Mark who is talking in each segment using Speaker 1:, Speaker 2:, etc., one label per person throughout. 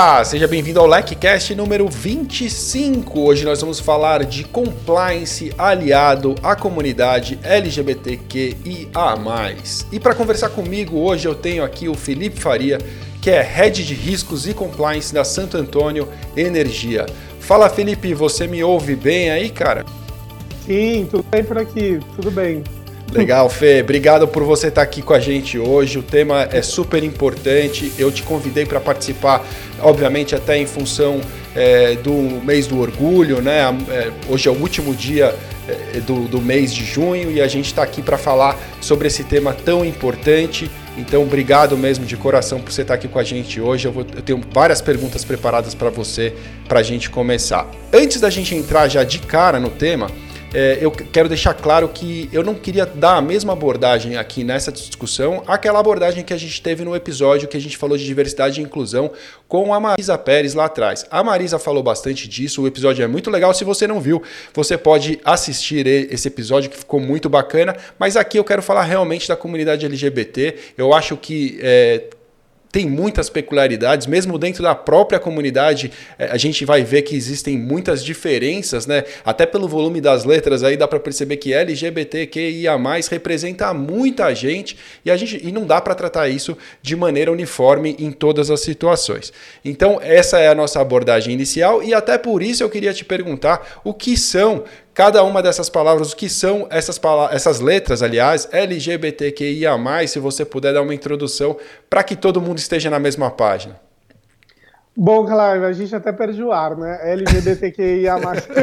Speaker 1: Olá, seja bem-vindo ao LecCast número 25. Hoje nós vamos falar de compliance aliado à comunidade LGBTQIA+. E para conversar comigo hoje eu tenho aqui o Felipe Faria, que é Head de Riscos e Compliance da Santo Antônio Energia. Fala, Felipe, você me ouve bem aí, cara?
Speaker 2: Sim, tudo bem por aqui, tudo bem.
Speaker 1: Legal, Fê. Obrigado por você estar aqui com a gente hoje. O tema é super importante. Eu te convidei para participar, obviamente, até em função do mês do orgulho, né? Hoje é o último dia do mês de junho e a gente está aqui para falar sobre esse tema tão importante. Então, obrigado mesmo de coração por você estar aqui com a gente hoje. Eu tenho várias perguntas preparadas para você, para a gente começar. Antes da gente entrar já de cara no tema, eu quero deixar claro que eu não queria dar a mesma abordagem aqui nessa discussão, aquela abordagem que a gente teve no episódio que a gente falou de diversidade e inclusão com a Marisa Pérez lá atrás. A Marisa falou bastante disso, o episódio é muito legal. Se você não viu, você pode assistir esse episódio que ficou muito bacana, mas aqui eu quero falar realmente da comunidade LGBT. Eu acho que tem muitas peculiaridades, mesmo dentro da própria comunidade, a gente vai ver que existem muitas diferenças, né? Até pelo volume das letras aí dá para perceber que LGBTQIA+, representa muita gente e não dá para tratar isso de maneira uniforme em todas as situações. Então essa é a nossa abordagem inicial e até por isso eu queria te perguntar o que são cada uma dessas palavras, o que são essas letras, aliás, LGBTQIA+, se você puder dar uma introdução para que todo mundo esteja na mesma página.
Speaker 2: Bom, claro, a gente até perde o ar, né? LGBTQIA+.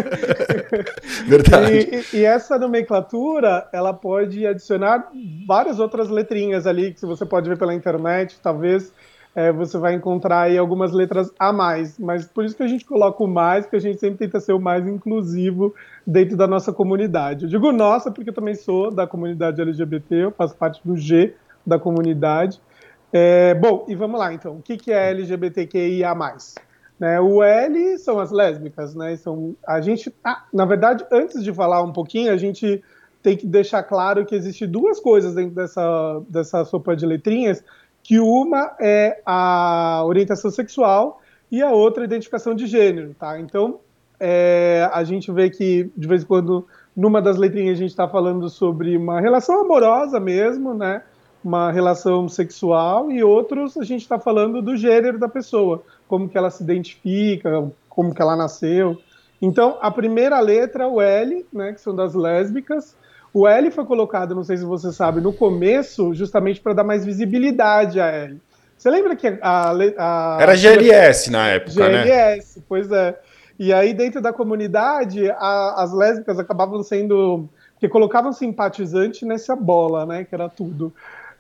Speaker 1: Verdade.
Speaker 2: E essa nomenclatura, ela pode adicionar várias outras letrinhas ali, que você pode ver pela internet, talvez você vai encontrar aí algumas letras a mais, mas por isso que a gente coloca o mais, porque a gente sempre tenta ser o mais inclusivo dentro da nossa comunidade. Eu digo nossa, porque eu também sou da comunidade LGBT, eu faço parte do G da comunidade. Bom, e vamos lá então, o que é LGBTQIA+. Né, o L são as lésbicas, né? Na verdade, antes de falar um pouquinho, a gente tem que deixar claro que existem duas coisas dentro dessa sopa de letrinhas, que uma é a orientação sexual e a outra a identificação de gênero, tá? Então, a gente vê que, de vez em quando, numa das letrinhas a gente está falando sobre uma relação amorosa mesmo, né? Uma relação sexual, e outros a gente está falando do gênero da pessoa, como que ela se identifica, como que ela nasceu. Então, a primeira letra, o L, né, que são das lésbicas. O L foi colocado, não sei se você sabe, no começo, justamente para dar mais visibilidade a L. Você lembra que
Speaker 1: Era GLS na época,
Speaker 2: GLS, né? Pois é. E aí, dentro da comunidade, as lésbicas acabavam sendo... Porque colocavam simpatizante nessa bola, né? Que era tudo.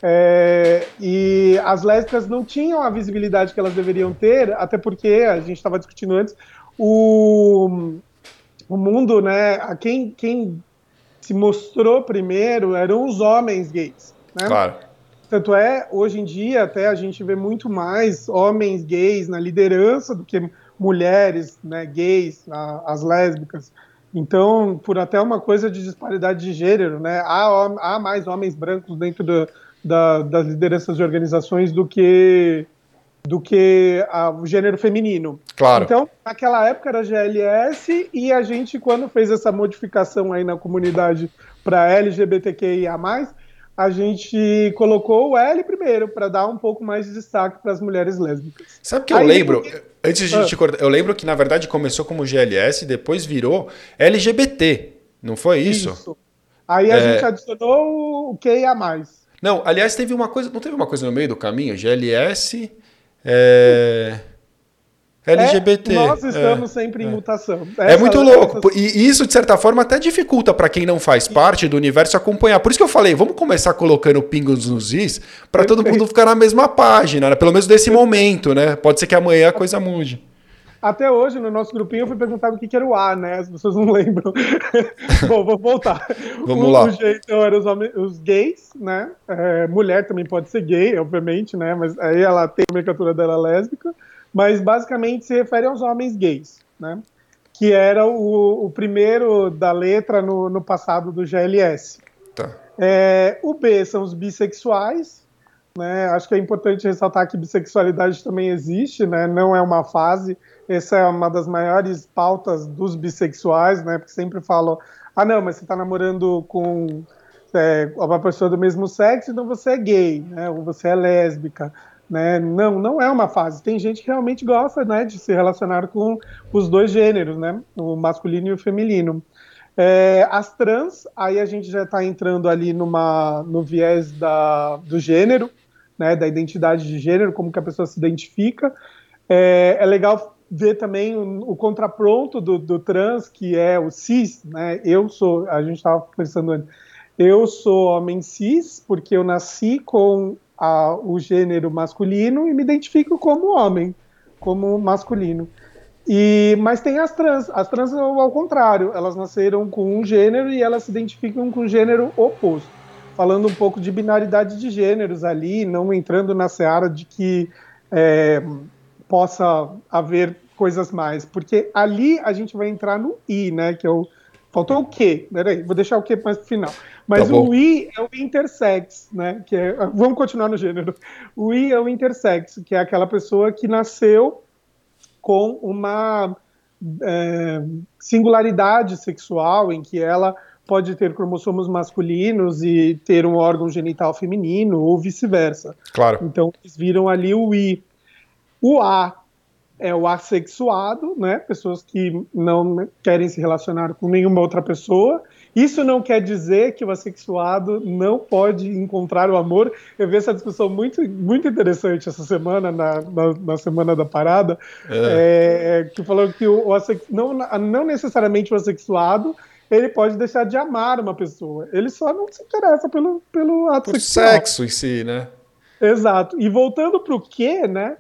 Speaker 2: E as lésbicas não tinham a visibilidade que elas deveriam ter, até porque, a gente estava discutindo antes, o mundo, né? Quem se mostrou primeiro eram os homens gays, né?
Speaker 1: Claro.
Speaker 2: Tanto hoje em dia, até a gente vê muito mais homens gays na liderança do que mulheres, né, gays, as lésbicas. Então, por até uma coisa de disparidade de gênero, né, há mais homens brancos dentro das lideranças de organizações do que o gênero feminino.
Speaker 1: Claro.
Speaker 2: Então, naquela época era GLS, e a gente, quando fez essa modificação aí na comunidade para LGBTQIA+, a gente colocou o L primeiro, para dar um pouco mais de destaque para as mulheres lésbicas.
Speaker 1: Sabe o que eu lembro? Antes de te cortar, eu lembro que, na verdade, começou como GLS e depois virou LGBT, não foi isso? Isso.
Speaker 2: Aí a gente adicionou o QIA+.
Speaker 1: Não, aliás, não teve uma coisa no meio do caminho? GLS... LGBT.
Speaker 2: Nós estamos sempre em mutação.
Speaker 1: É muito louco. E isso, de certa forma, até dificulta para quem não faz parte do universo acompanhar. Por isso que eu falei, vamos começar colocando pingos nos is para todo mundo ficar na mesma página, né? Pelo menos nesse momento, né? Pode ser que amanhã a coisa mude.
Speaker 2: Até hoje, no nosso grupinho, eu fui perguntar o que era o A, né? As pessoas não lembram. Bom, vou voltar.
Speaker 1: Vamos lá.
Speaker 2: O jeito eram os gays, né? Mulher também pode ser gay, obviamente, né? Mas aí ela tem a nomenclatura dela lésbica. Mas basicamente se refere aos homens gays, né? Que era o primeiro da letra no passado do GLS.
Speaker 1: Tá.
Speaker 2: O B são os bissexuais, né? Acho que é importante ressaltar que bissexualidade também existe, né? Não é uma fase. Essa é uma das maiores pautas dos bissexuais, né? Porque sempre falam, ah, não, mas você está namorando com uma pessoa do mesmo sexo, então você é gay, né? Ou você é lésbica, né? Não, não é uma fase. Tem gente que realmente gosta, né, de se relacionar com os dois gêneros, né? O masculino e o feminino. As trans, aí a gente já está entrando ali no viés do gênero, né, da identidade de gênero, como que a pessoa se identifica. É legal ver também o contraponto do trans, que é o cis, né? A gente estava conversando antes, eu sou homem cis, porque eu nasci com o gênero masculino e me identifico como homem, como masculino. Mas tem as trans ao contrário, elas nasceram com um gênero e elas se identificam com o gênero oposto. Falando um pouco de binaridade de gêneros ali, não entrando na seara de que possa haver coisas mais, porque ali a gente vai entrar no I, né, que é o... Faltou o Q, peraí, vou deixar o Q mais pro final.
Speaker 1: Tá
Speaker 2: Mas
Speaker 1: bom.
Speaker 2: o I é o intersex, né, vamos continuar no gênero. O I é o intersex, que é aquela pessoa que nasceu com uma singularidade sexual em que ela pode ter cromossomos masculinos e ter um órgão genital feminino ou vice-versa.
Speaker 1: Claro.
Speaker 2: Então, eles viram ali o I. O A é o assexuado, né? Pessoas que não querem se relacionar com nenhuma outra pessoa. Isso não quer dizer que o assexuado não pode encontrar o amor. Eu vi essa discussão muito, muito interessante essa semana, na Semana da Parada, que falou que não necessariamente o assexuado ele pode deixar de amar uma pessoa. Ele só não se interessa pelo ato
Speaker 1: Por
Speaker 2: sexual.
Speaker 1: sexo em si, né?
Speaker 2: Exato. E voltando para o quê, né?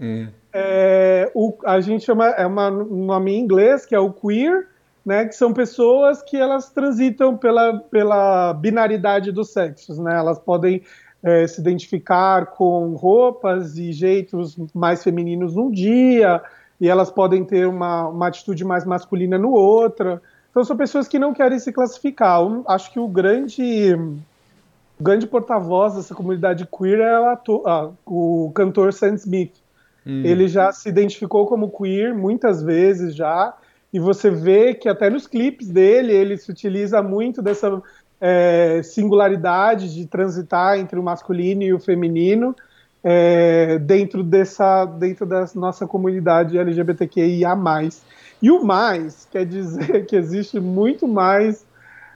Speaker 2: A gente chama, um nome em inglês, que é o queer, né, que são pessoas que elas transitam pela binaridade dos sexos, né? Elas podem se identificar com roupas e jeitos mais femininos num dia, e elas podem ter uma atitude mais masculina no outro. Então são pessoas que não querem se classificar. Acho que o grande porta-voz dessa comunidade queer é o cantor Sam Smith. Ele já se identificou como queer muitas vezes já, e você vê que até nos clipes dele ele se utiliza muito dessa singularidade de transitar entre o masculino e o feminino dentro da nossa comunidade LGBTQIA+. E o mais quer dizer que existe muito mais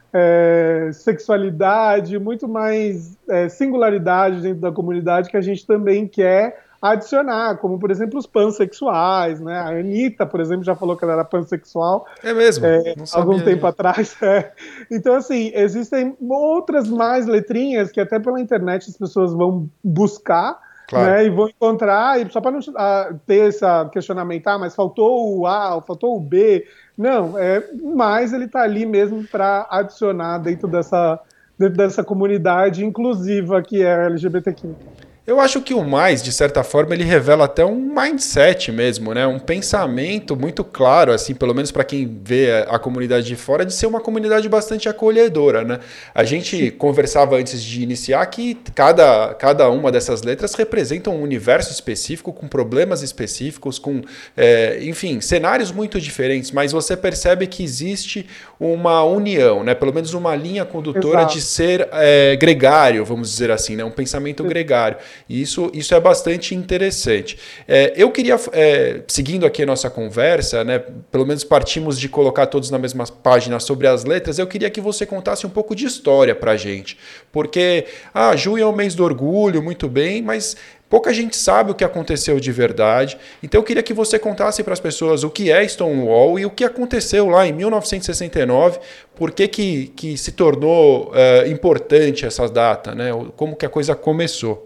Speaker 2: sexualidade, muito mais singularidade dentro da comunidade que a gente também quer adicionar, como, por exemplo, os pansexuais, né? A Anitta, por exemplo, já falou que ela era pansexual.
Speaker 1: É mesmo? Não sabia
Speaker 2: Algum tempo
Speaker 1: disso.
Speaker 2: atrás. Então, assim, existem outras mais letrinhas que até pela internet as pessoas vão buscar,
Speaker 1: Claro.
Speaker 2: né? E vão encontrar, e só para não ter esse questionamento, mas faltou o A, faltou o B. Não, mas ele está ali mesmo para adicionar dentro dessa comunidade inclusiva que é a LGBTQ.
Speaker 1: Eu acho que o mais, de certa forma, ele revela até um mindset mesmo, né? Um pensamento muito claro, assim, pelo menos para quem vê a comunidade de fora, de ser uma comunidade bastante acolhedora, né? A gente conversava antes de iniciar que cada uma dessas letras representa um universo específico, com problemas específicos, com, enfim, cenários muito diferentes, mas você percebe que existe uma união, né? Pelo menos uma linha condutora de ser gregário, vamos dizer assim, né? Um pensamento gregário. E isso é bastante interessante. Eu queria, seguindo aqui a nossa conversa, né, pelo menos partimos de colocar todos na mesma página sobre as letras, eu queria que você contasse um pouco de história pra gente. Porque, junho é o mês do orgulho, muito bem, mas pouca gente sabe o que aconteceu de verdade. Então eu queria que você contasse para as pessoas o que é Stonewall e o que aconteceu lá em 1969, por que se tornou importante essa data, né? Como que a coisa começou.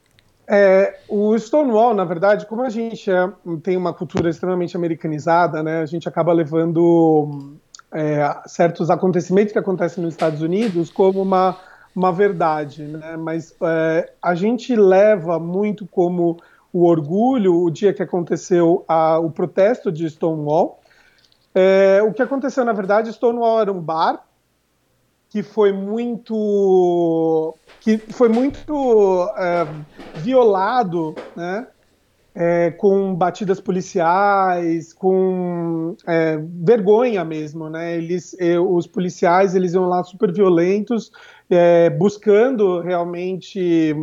Speaker 2: O Stonewall, na verdade, como a gente tem uma cultura extremamente americanizada, né, a gente acaba levando certos acontecimentos que acontecem nos Estados Unidos como uma verdade, né, mas a gente leva muito como o orgulho o dia que aconteceu o protesto de Stonewall. O que aconteceu, na verdade, Stonewall era um bar que foi muito violado, né? Com batidas policiais, com vergonha mesmo, né? Os policiais eles iam lá super violentos, buscando realmente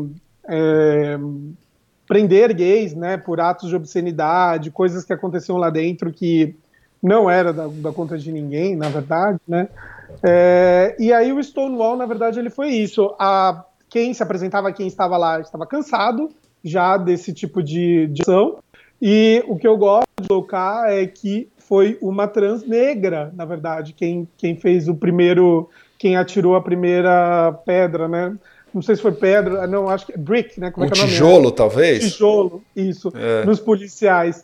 Speaker 2: prender gays, né? Por atos de obscenidade, coisas que aconteciam lá dentro que não era da conta de ninguém, na verdade, né? E aí o Stonewall, na verdade, ele foi isso. Quem se apresentava, quem estava lá, estava cansado já desse tipo de ação. E o que eu gosto de colocar é que foi uma trans negra, na verdade, quem fez quem atirou a primeira pedra, né? Não sei se foi pedra, não, acho que é brick, né? Como é que é o nome?
Speaker 1: Tijolo, talvez?
Speaker 2: Tijolo, isso, nos policiais.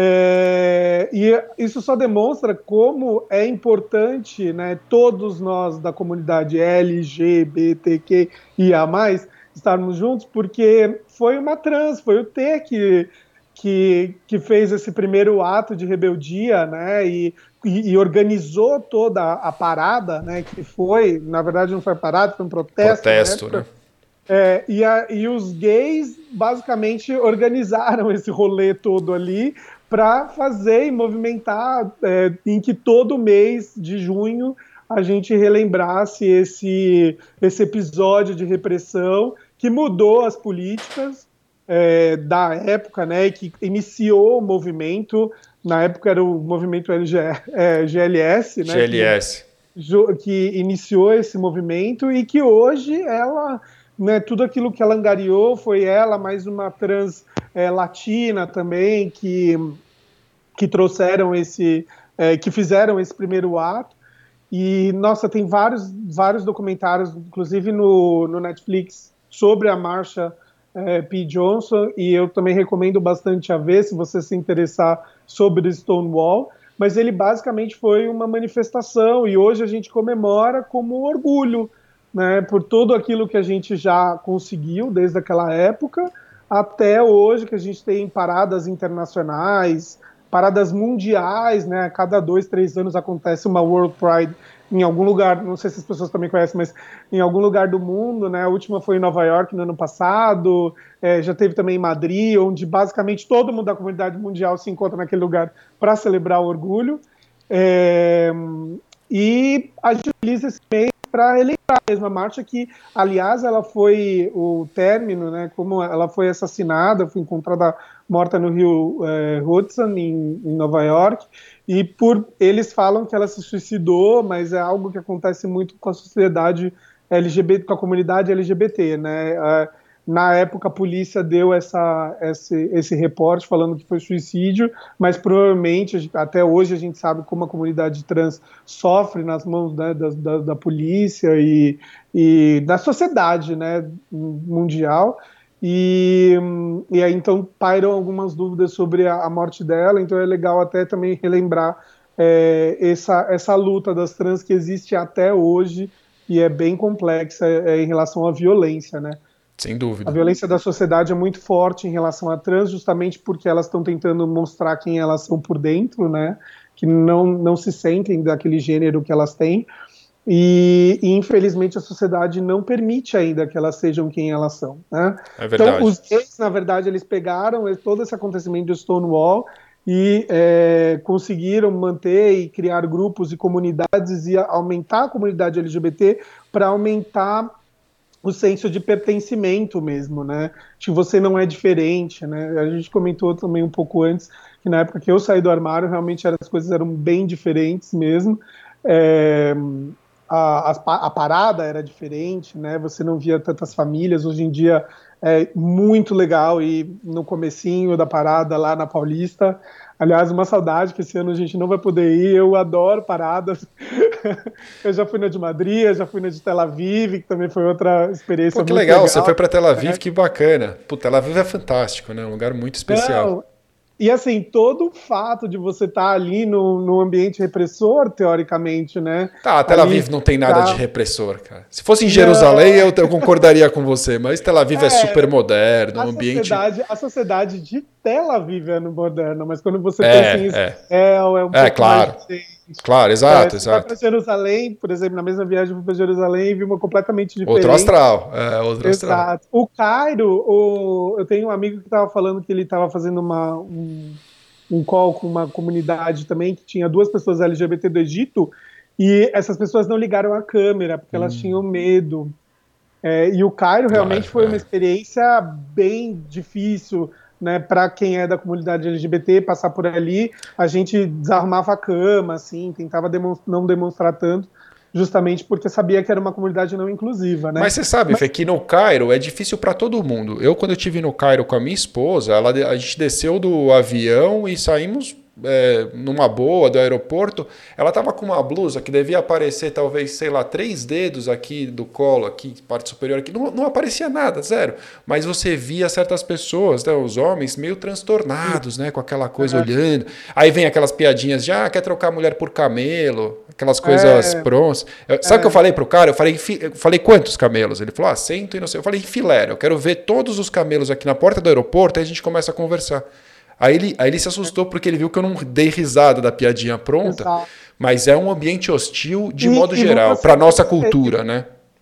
Speaker 2: E isso só demonstra como é importante, né, todos nós da comunidade LGBTQIA+, estarmos juntos, porque foi uma trans, foi o T que fez esse primeiro ato de rebeldia, né, e organizou toda a parada, né, que foi, na verdade não foi parada, foi um protesto,
Speaker 1: né?
Speaker 2: E os gays basicamente organizaram esse rolê todo ali para fazer e movimentar em que todo mês de junho a gente relembrasse esse episódio de repressão que mudou as políticas da época, né, que iniciou o movimento. Na época era o movimento GLS, né,
Speaker 1: GLS.
Speaker 2: que iniciou esse movimento e que hoje ela, né, tudo aquilo que ela angariou foi ela, mais uma trans latina também, que trouxeram que fizeram esse primeiro ato. E, nossa, tem vários documentários, inclusive no Netflix, sobre a marcha P. Johnson, e eu também recomendo bastante a ver, se você se interessar sobre Stonewall, mas ele basicamente foi uma manifestação, e hoje a gente comemora como orgulho, né, por tudo aquilo que a gente já conseguiu desde aquela época até hoje, que a gente tem paradas internacionais, paradas mundiais, né? A cada 2, 3 anos acontece uma World Pride em algum lugar, não sei se as pessoas também conhecem, mas em algum lugar do mundo, né? A última foi em Nova York no ano passado, já teve também em Madrid, onde basicamente todo mundo da comunidade mundial se encontra naquele lugar para celebrar o orgulho. E a gente utiliza esse mês para relembrar a mesma marcha que, aliás, ela foi o término, né? Como ela foi assassinada, foi encontrada morta no rio Hudson, em Nova York, e eles falam que ela se suicidou, mas é algo que acontece muito com a sociedade LGBT, com a comunidade LGBT, né? Na época a polícia deu esse reporte falando que foi suicídio, mas provavelmente, até hoje a gente sabe como a comunidade trans sofre nas mãos, né, da polícia e da sociedade, né, mundial. E aí então pairam algumas dúvidas sobre a morte dela, então é legal até também relembrar essa luta das trans que existe até hoje e é bem complexa em relação à violência, né?
Speaker 1: Sem dúvida.
Speaker 2: A violência da sociedade é muito forte em relação a trans, justamente porque elas estão tentando mostrar quem elas são por dentro, né? Que não se sentem daquele gênero que elas têm. E infelizmente a sociedade não permite ainda que elas sejam quem elas são, né?
Speaker 1: É verdade.
Speaker 2: Então os gays, na verdade, eles pegaram todo esse acontecimento do Stonewall e conseguiram manter e criar grupos e comunidades e aumentar a comunidade LGBT para aumentar o senso de pertencimento mesmo, né? Que você não é diferente, né? A gente comentou também um pouco antes que na época que eu saí do armário, realmente as coisas eram bem diferentes mesmo. A parada era diferente, né? Você não via tantas famílias. Hoje em dia é muito legal ir no comecinho da parada lá na Paulista. Aliás, uma saudade que esse ano a gente não vai poder ir. Eu adoro paradas. Eu já fui na de Madrid, já fui na de Tel Aviv, que também foi outra experiência muito legal.
Speaker 1: Você foi para Tel Aviv, que bacana. Pô, Tel Aviv é fantástico, né? Um lugar muito especial.
Speaker 2: Não, e assim, todo o fato de você estar ali no ambiente repressor, teoricamente, né?
Speaker 1: Tá, Tel Aviv não tem nada de repressor, cara. Se fosse em Jerusalém, eu concordaria com você, mas Tel Aviv é super moderno, um ambiente...
Speaker 2: A sociedade de Tel Aviv é moderna, mas quando você pensa em Israel, é um pouco
Speaker 1: claro.
Speaker 2: mais...
Speaker 1: Claro, exato,
Speaker 2: Você vai
Speaker 1: exato.
Speaker 2: para Jerusalém, por exemplo, na mesma viagem eu fui para Jerusalém e vi uma completamente diferente.
Speaker 1: Outro astral, outro astral.
Speaker 2: Exato. O Cairo, eu tenho um amigo que estava falando que ele estava fazendo um call com uma comunidade também que tinha 2 pessoas LGBT do Egito e essas pessoas não ligaram a câmera porque elas tinham medo. E o Cairo realmente foi uma experiência bem difícil, né, para quem é da comunidade LGBT passar por ali. A gente desarmava a cama, assim, tentava não demonstrar tanto, justamente porque sabia que era uma comunidade não inclusiva, né?
Speaker 1: Mas você sabe, Fê, que no Cairo é difícil para todo mundo. Quando eu estive no Cairo com a minha esposa, a gente desceu do avião e saímos numa boa do aeroporto. Ela estava com uma blusa que devia aparecer talvez, sei lá, 3 dedos aqui do colo, aqui, parte superior aqui. Não aparecia nada, zero. Mas você via certas pessoas, né, os homens, meio transtornados, né, com aquela coisa olhando. Aí vem aquelas piadinhas de, quer trocar mulher por camelo, aquelas coisas prontas. Sabe o que eu falei pro cara? Eu falei quantos camelos? Ele falou, 100 e não sei. Eu falei, enfileira, eu quero ver todos os camelos aqui na porta do aeroporto, aí a gente começa a conversar. Aí ele se assustou porque ele viu que eu não dei risada da piadinha pronta, exato. Mas é um ambiente hostil de modo geral, para a nossa cultura, né?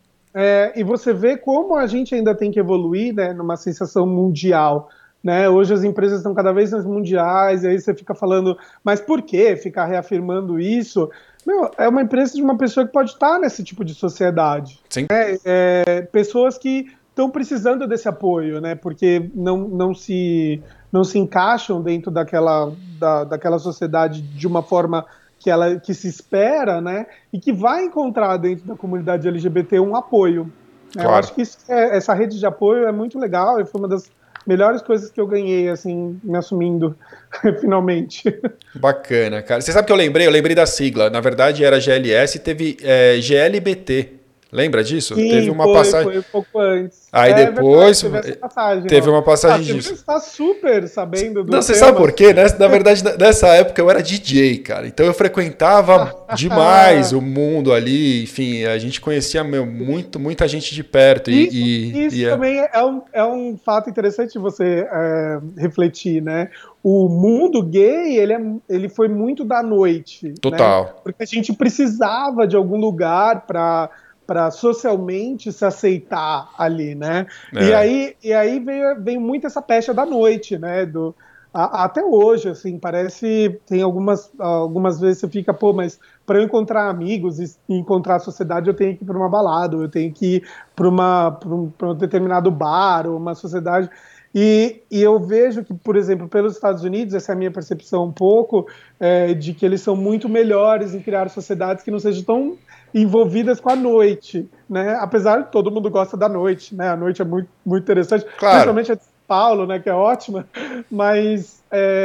Speaker 2: E você vê como a gente ainda tem que evoluir, né, numa sensação mundial. Né? Hoje as empresas estão cada vez mais mundiais, e aí você fica falando, mas por que ficar reafirmando isso? É uma empresa de uma pessoa que pode estar nesse tipo de sociedade.
Speaker 1: Sim.
Speaker 2: Pessoas que estão precisando desse apoio, né? Porque não se encaixam dentro daquela sociedade de uma forma que se espera, né? E que vai encontrar dentro da comunidade LGBT um apoio. Claro. Eu acho que essa rede de apoio é muito legal e foi uma das melhores coisas que eu ganhei, assim, me assumindo, finalmente.
Speaker 1: Bacana, cara. Você sabe que eu lembrei da sigla. Na verdade era GLS e teve GLBT. Lembra disso?
Speaker 2: Sim,
Speaker 1: teve uma passagem.
Speaker 2: Foi um pouco antes.
Speaker 1: Aí depois
Speaker 2: verdade, teve essa passagem,
Speaker 1: teve uma passagem disso.
Speaker 2: Você está super sabendo do
Speaker 1: Não, você sabe por quê? Na verdade, nessa época eu era DJ, cara. Então eu frequentava demais o mundo ali. Enfim, a gente conhecia muita gente de perto.
Speaker 2: Isso também é um fato interessante de você refletir, né? O mundo gay, ele foi muito da noite.
Speaker 1: Total.
Speaker 2: Né? Porque a gente precisava de algum lugar para socialmente se aceitar ali, né? E aí veio muito essa pecha da noite, né? Até hoje, assim, parece... Tem algumas vezes você fica, mas para eu encontrar amigos e encontrar a sociedade, eu tenho que ir para uma balada, eu tenho que ir para um determinado bar ou uma sociedade... E eu vejo que, por exemplo, pelos Estados Unidos, essa é a minha percepção um pouco, de que eles são muito melhores em criar sociedades que não sejam tão envolvidas com a noite, né? Apesar de todo mundo gosta da noite, né? A noite é muito, muito interessante, claro. Principalmente a de São Paulo, né? Que é ótima, mas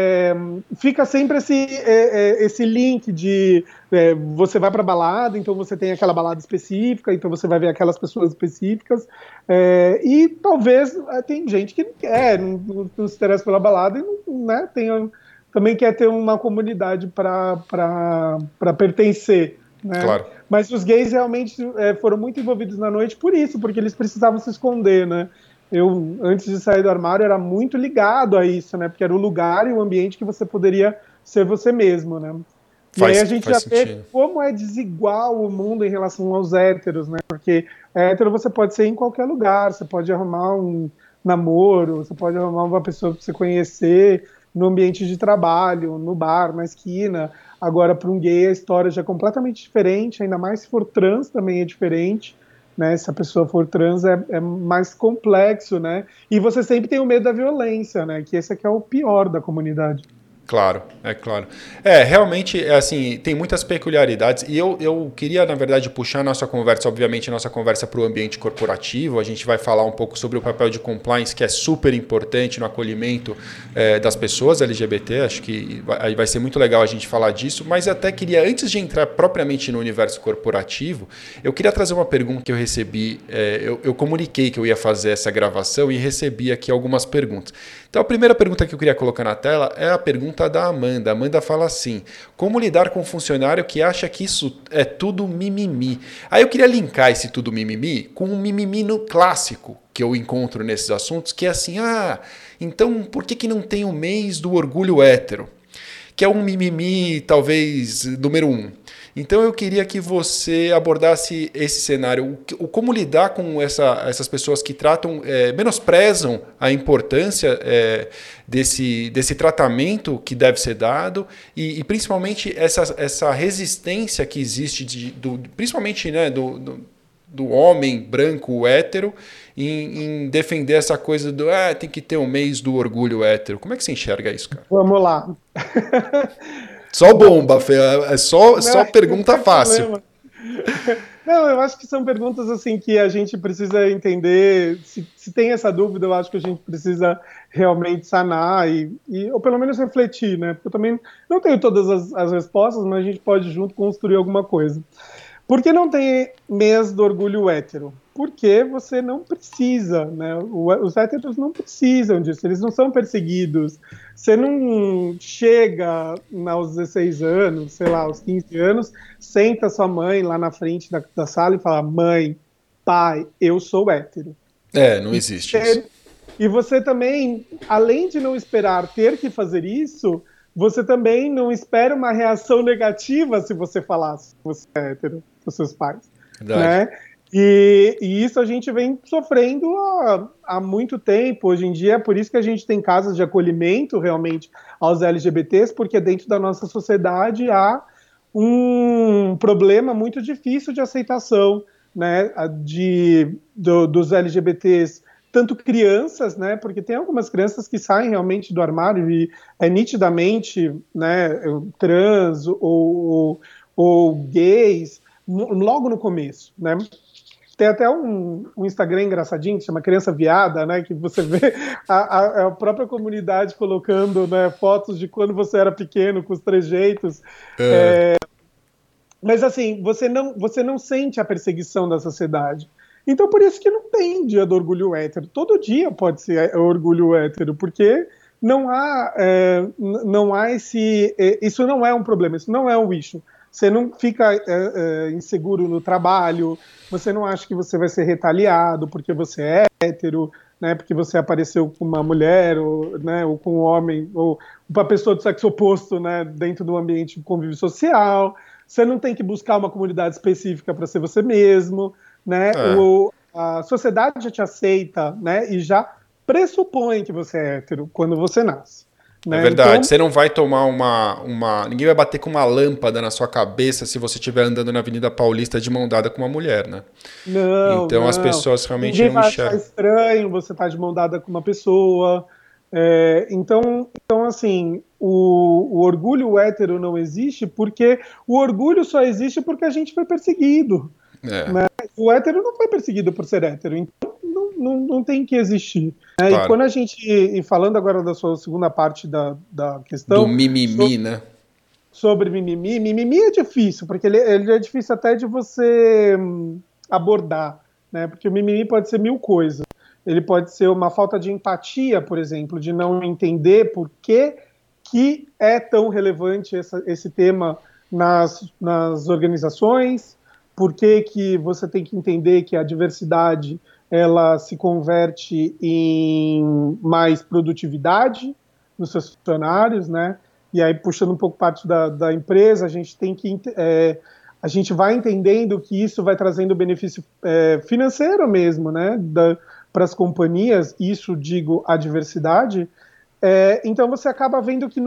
Speaker 2: fica sempre esse link de você vai para balada, então você tem aquela balada específica, então você vai ver aquelas pessoas específicas, e talvez tem gente que não se interessa pela balada e não, né, também quer ter uma comunidade para pertencer. Né?
Speaker 1: Claro.
Speaker 2: Mas os gays realmente foram muito envolvidos na noite por isso, porque eles precisavam se esconder, né? Eu, antes de sair do armário, era muito ligado a isso, né? Porque era o lugar e o ambiente que você poderia ser você mesmo, né? E aí a gente já vê como é desigual o mundo em relação aos héteros, né? Porque hétero você pode ser em qualquer lugar, você pode arrumar um namoro, você pode arrumar uma pessoa para você conhecer no ambiente de trabalho, no bar, na esquina. Agora, para um gay, a história já é completamente diferente, ainda mais se for trans também é diferente, né? Se a pessoa for trans é mais complexo, né? E você sempre tem o medo da violência, né? Que esse aqui é o pior da comunidade.
Speaker 1: Claro, é claro. Realmente, assim, tem muitas peculiaridades e eu queria, na verdade, puxar a nossa conversa, obviamente, nossa conversa para o ambiente corporativo. A gente vai falar um pouco sobre o papel de compliance, que é super importante no acolhimento das pessoas LGBT. Acho que vai ser muito legal a gente falar disso, mas até queria, antes de entrar propriamente no universo corporativo, eu queria trazer uma pergunta que eu recebi. Eu comuniquei que eu ia fazer essa gravação e recebi aqui algumas perguntas. Então, a primeira pergunta que eu queria colocar na tela é a pergunta da Amanda. A Amanda fala assim: como lidar com um funcionário que acha que isso é tudo mimimi? Aí eu queria linkar esse tudo mimimi com um mimimi no clássico que eu encontro nesses assuntos, que é assim, então por que não tem o mês do orgulho hétero? que é um mimimi, talvez, número um. Então eu queria que você abordasse esse cenário, como lidar com essas pessoas que tratam, menosprezam a importância desse tratamento que deve ser dado e principalmente essa resistência que existe, principalmente, né, do homem branco hétero em defender essa coisa tem que ter um mês do orgulho hétero. Como é que você enxerga isso, cara?
Speaker 2: Vamos lá.
Speaker 1: Só bomba, Fê. Só pergunta
Speaker 2: não
Speaker 1: fácil.
Speaker 2: Problema. Não, eu acho que são perguntas assim que a gente precisa entender. Se tem essa dúvida, eu acho que a gente precisa realmente sanar ou pelo menos refletir, né? Porque eu também não tenho todas as respostas, mas a gente pode junto construir alguma coisa. Por que não tem mês do orgulho hétero? Porque você não precisa, né? Os héteros não precisam disso, eles não são perseguidos. Você não chega aos 16 anos, sei lá, aos 15 anos, senta sua mãe lá na frente da sala e fala: mãe, pai, eu sou hétero.
Speaker 1: Não existe isso.
Speaker 2: E você também, além de não esperar ter que fazer isso, você também não espera uma reação negativa se você falasse que você é hétero para os seus pais. Né? E isso a gente vem sofrendo há muito tempo. Hoje em dia é por isso que a gente tem casas de acolhimento realmente aos LGBTs, porque dentro da nossa sociedade há um problema muito difícil de aceitação, né, dos LGBTs, tanto crianças, né, porque tem algumas crianças que saem realmente do armário e nitidamente, né, trans ou gays, logo no começo, né. Tem até um Instagram engraçadinho que chama Criança Viada, né, que você vê a própria comunidade colocando, né, fotos de quando você era pequeno, com os trejeitos. Mas assim, você não sente a perseguição da sociedade. Então, por isso que não tem dia do orgulho hétero. Todo dia pode ser orgulho hétero, porque não há esse... Isso não é um problema, isso não é um issue. Você não fica inseguro no trabalho, você não acha que você vai ser retaliado porque você é hétero, né, porque você apareceu com uma mulher, né, ou com um homem, ou uma pessoa do sexo oposto, né, dentro do ambiente de convívio social. Você não tem que buscar uma comunidade específica para ser você mesmo, né? A sociedade já te aceita, né, e já pressupõe que você é hétero quando você nasce. Né?
Speaker 1: É verdade,
Speaker 2: então,
Speaker 1: você não vai tomar ninguém vai bater com uma lâmpada na sua cabeça se você estiver andando na Avenida Paulista de mão dada com uma mulher, né? Então as pessoas realmente
Speaker 2: ninguém
Speaker 1: não
Speaker 2: vai
Speaker 1: enxergam.
Speaker 2: achar estranho você estar de mão dada com uma pessoa. Então, assim, o orgulho hétero não existe porque o orgulho só existe porque a gente foi perseguido. Né? O hétero não foi perseguido por ser hétero, então não tem que existir. Né? Claro. E quando a gente, e falando agora da sua segunda parte da questão...
Speaker 1: Do mimimi, né?
Speaker 2: Sobre mimimi é difícil, porque ele é difícil até de você abordar, né? Porque o mimimi pode ser mil coisas. Ele pode ser uma falta de empatia, por exemplo, de não entender por que é tão relevante esse tema nas organizações, por que você tem que entender que a diversidade ela se converte em mais produtividade nos seus funcionários, né? E aí, puxando um pouco parte da empresa, a gente tem que a gente vai entendendo que isso vai trazendo benefício financeiro mesmo, né? Para as companhias, isso digo a diversidade. Então você acaba vendo que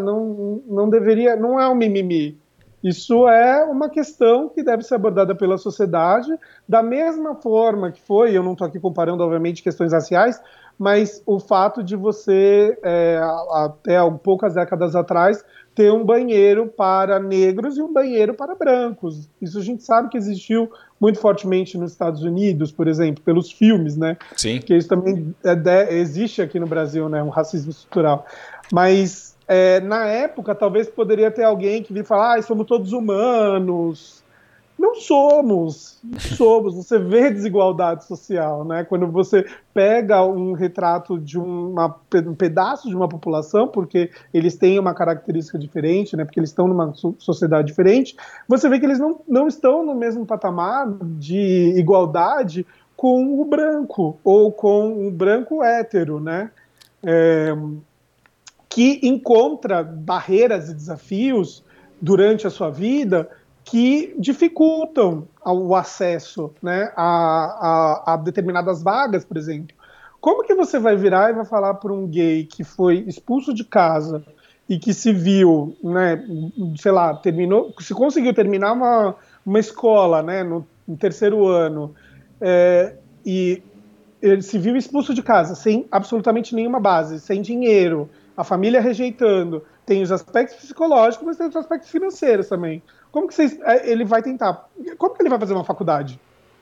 Speaker 2: não deveria, não é um mimimi. Isso é uma questão que deve ser abordada pela sociedade, da mesma forma que foi, eu não estou aqui comparando, obviamente, questões raciais, mas o fato de você, até poucas décadas atrás, ter um banheiro para negros e um banheiro para brancos. Isso a gente sabe que existiu muito fortemente nos Estados Unidos, por exemplo, pelos filmes, né?
Speaker 1: Sim.
Speaker 2: Que isso também existe aqui no Brasil, né? Um racismo estrutural. Mas... na época, talvez poderia ter alguém que vir falar, somos todos humanos. Não somos. Você vê desigualdade social, né? Quando você pega um retrato de um pedaço de uma população, porque eles têm uma característica diferente, né? Porque eles estão numa sociedade diferente, você vê que eles não estão no mesmo patamar de igualdade com o branco, ou com o branco hétero, né? que encontra barreiras e desafios durante a sua vida que dificultam o acesso, né, a determinadas vagas, por exemplo. Como que você vai virar e vai falar para um gay que foi expulso de casa e que se viu, né, sei lá, se conseguiu terminar uma escola, né, no terceiro ano, e ele se viu expulso de casa, sem absolutamente nenhuma base, sem dinheiro, a família rejeitando, tem os aspectos psicológicos, mas tem os aspectos financeiros também. Como que ele vai tentar? Como que ele vai fazer uma faculdade?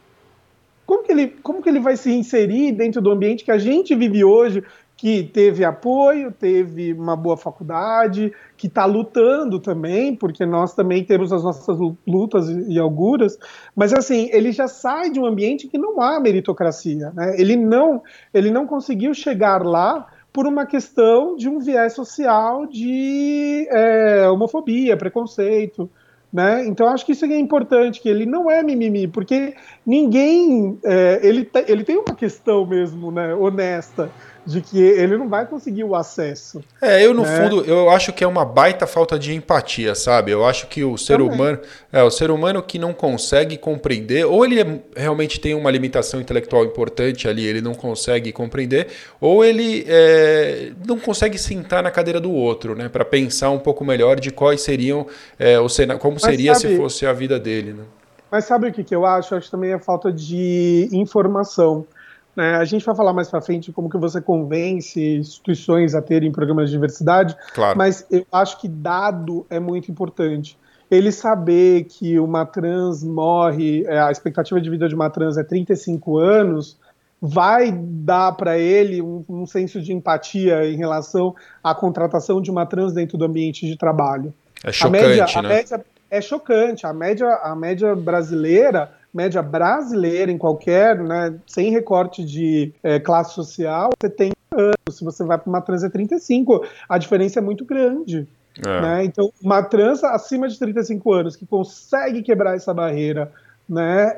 Speaker 2: Como que ele vai se inserir dentro do ambiente que a gente vive hoje, que teve apoio, teve uma boa faculdade, que está lutando também, porque nós também temos as nossas lutas e auguras, mas assim, ele já sai de um ambiente que não há meritocracia, né? Ele não conseguiu chegar lá por uma questão de um viés social de homofobia, preconceito, né? Então acho que isso é importante, que ele não é mimimi, porque ninguém, ele tem uma questão mesmo, né, honesta, de que ele não vai conseguir o acesso.
Speaker 1: No fundo, eu acho que é uma baita falta de empatia, sabe? Eu acho que o ser humano que não consegue compreender, ou ele realmente tem uma limitação intelectual importante ali, ele não consegue compreender, ou ele não consegue sentar na cadeira do outro, né? Para pensar um pouco melhor de quais seriam, como seria se fosse a vida dele, né?
Speaker 2: Mas sabe o que eu acho? Eu acho também a falta de informação. Né? A gente vai falar mais para frente como que você convence instituições a terem programas de diversidade,
Speaker 1: claro.
Speaker 2: Mas eu acho que dado é muito importante. Ele saber que uma trans morre, a expectativa de vida de uma trans é 35 anos, vai dar para ele um senso de empatia em relação à contratação de uma trans dentro do ambiente de trabalho.
Speaker 1: É chocante, né?
Speaker 2: É chocante. A média brasileira em qualquer, né, sem recorte de classe social, você tem anos. Se você vai para uma trans é 35, a diferença é muito grande. Né? Então, uma trans acima de 35 anos que consegue quebrar essa barreira, né,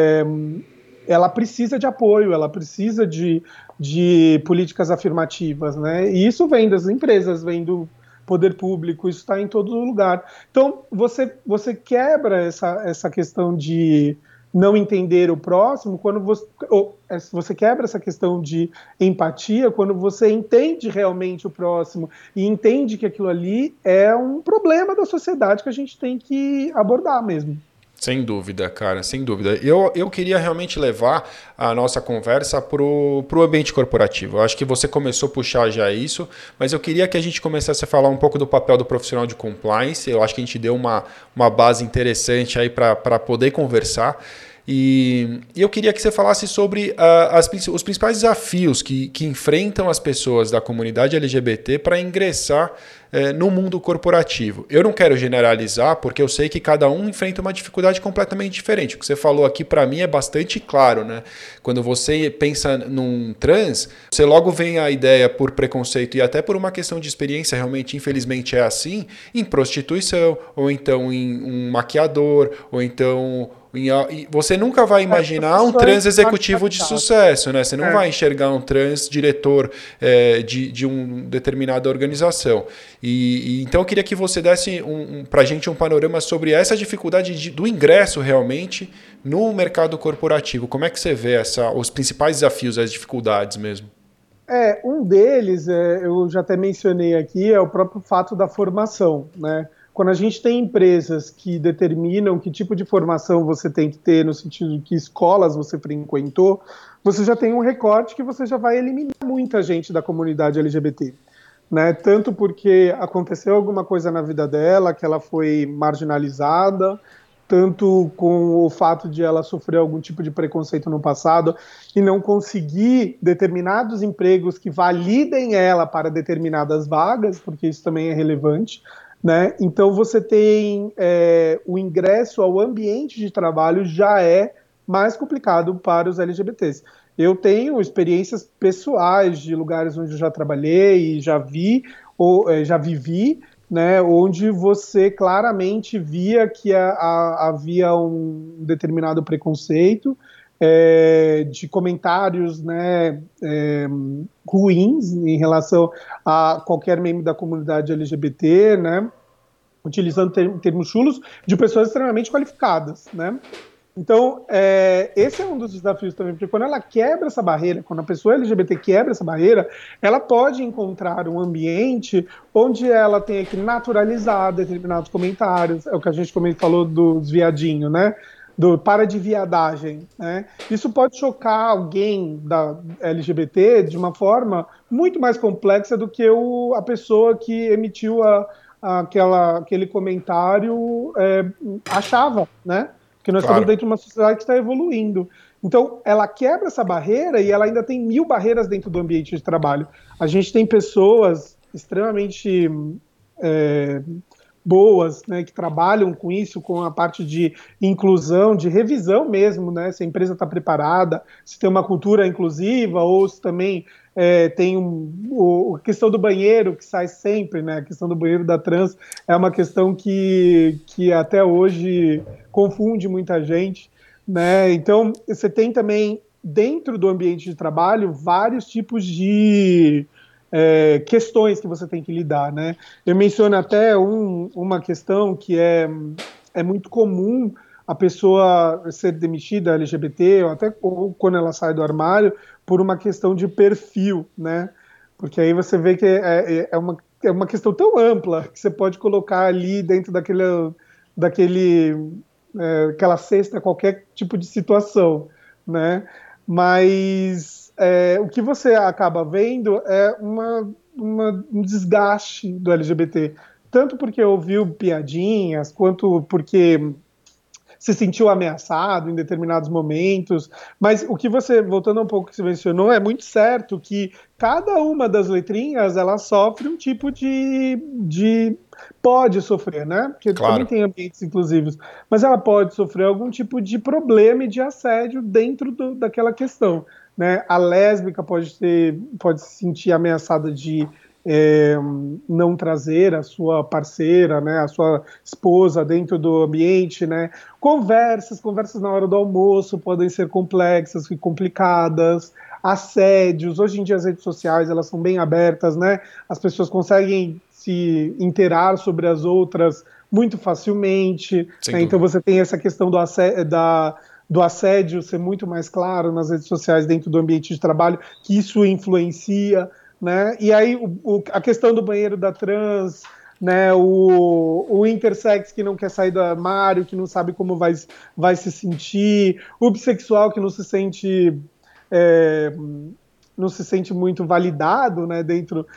Speaker 2: ela precisa de apoio, ela precisa de políticas afirmativas. Né? E isso vem das empresas, vem do poder público, isso está em todo lugar. Então, você quebra essa questão de não entender o próximo, quando você quebra essa questão de empatia, quando você entende realmente o próximo e entende que aquilo ali é um problema da sociedade que a gente tem que abordar mesmo.
Speaker 1: Sem dúvida, cara, sem dúvida. Eu queria realmente levar a nossa conversa pro ambiente corporativo. Eu acho que você começou a puxar já isso, mas eu queria que a gente começasse a falar um pouco do papel do profissional de compliance. Eu acho que a gente deu uma base interessante aí para poder conversar. E eu queria que você falasse sobre os principais desafios que enfrentam as pessoas da comunidade LGBT para ingressar no mundo corporativo. Eu não quero generalizar, porque eu sei que cada um enfrenta uma dificuldade completamente diferente. O que você falou aqui, para mim, é bastante claro, né? Quando você pensa num trans, você logo vem a ideia, por preconceito e até por uma questão de experiência, realmente, infelizmente é assim, em prostituição, ou então em um maquiador, ou então... Você nunca vai imaginar um trans executivo de sucesso, né? Você não vai enxergar um trans diretor de uma determinada organização. Então eu queria que você desse para a gente um panorama sobre essa dificuldade do ingresso realmente no mercado corporativo. Como é que você vê os principais desafios, as dificuldades mesmo?
Speaker 2: Um deles, eu já até mencionei aqui, é o próprio fato da formação, né? Quando a gente tem empresas que determinam que tipo de formação você tem que ter, no sentido de que escolas você frequentou, você já tem um recorte que você já vai eliminar muita gente da comunidade LGBT. Né? Tanto porque aconteceu alguma coisa na vida dela, que ela foi marginalizada, tanto com o fato de ela sofrer algum tipo de preconceito no passado e não conseguir determinados empregos que validem ela para determinadas vagas, porque isso também é relevante. Né? Então você tem o ingresso ao ambiente de trabalho já é mais complicado para os LGBTs. Eu tenho experiências pessoais de lugares onde eu já trabalhei e já vivi, né, onde você claramente via que havia um determinado preconceito de comentários, né, ruins em relação a qualquer membro da comunidade LGBT, né, utilizando termos chulos de pessoas extremamente qualificadas, né? Então, esse é um dos desafios também, porque quando ela quebra essa barreira, quando a pessoa LGBT quebra essa barreira, ela pode encontrar um ambiente onde ela tenha que naturalizar determinados comentários, é o que a gente falou dos viadinhos, né? Do para de viadagem, né? Isso pode chocar alguém da LGBT de uma forma muito mais complexa do que a pessoa que emitiu aquele comentário achava, né? Porque nós estamos
Speaker 1: Claro.
Speaker 2: dentro de uma sociedade que está evoluindo. Então, ela quebra essa barreira e ela ainda tem 1000 barreiras dentro do ambiente de trabalho. A gente tem pessoas extremamente boas, né, que trabalham com isso, com a parte de inclusão, de revisão mesmo, né, se a empresa está preparada, se tem uma cultura inclusiva ou se também tem a questão do banheiro que sai sempre, né, a questão do banheiro da trans é uma questão que até hoje confunde muita gente, né, então você tem também dentro do ambiente de trabalho vários tipos de questões que você tem que lidar, né? Eu menciono até uma questão que é muito comum a pessoa ser demitida LGBT, ou quando ela sai do armário, por uma questão de perfil, né? Porque aí você vê que é uma questão tão ampla que você pode colocar ali dentro aquela cesta qualquer tipo de situação, né? Mas o que você acaba vendo é um desgaste do LGBT, tanto porque ouviu piadinhas, quanto porque se sentiu ameaçado em determinados momentos, mas o que você, voltando um pouco que você mencionou, é muito certo que cada uma das letrinhas, ela sofre um tipo pode sofrer, né? Porque também
Speaker 1: Claro.
Speaker 2: tem ambientes inclusivos, mas ela pode sofrer algum tipo de problema e de assédio dentro daquela questão, né? A lésbica pode se sentir ameaçada de não trazer a sua parceira, né, a sua esposa dentro do ambiente, né? Conversas na hora do almoço podem ser complexas e complicadas, assédios. Hoje em dia as redes sociais elas são bem abertas, né? As pessoas conseguem se interar sobre as outras muito facilmente, né? Então você tem essa questão do assédio ser muito mais claro nas redes sociais dentro do ambiente de trabalho, que isso influencia, né? E aí a questão do banheiro da trans, né? O intersex que não quer sair do armário, que não sabe como vai se sentir, o bissexual que não se sente muito validado, né? Dentro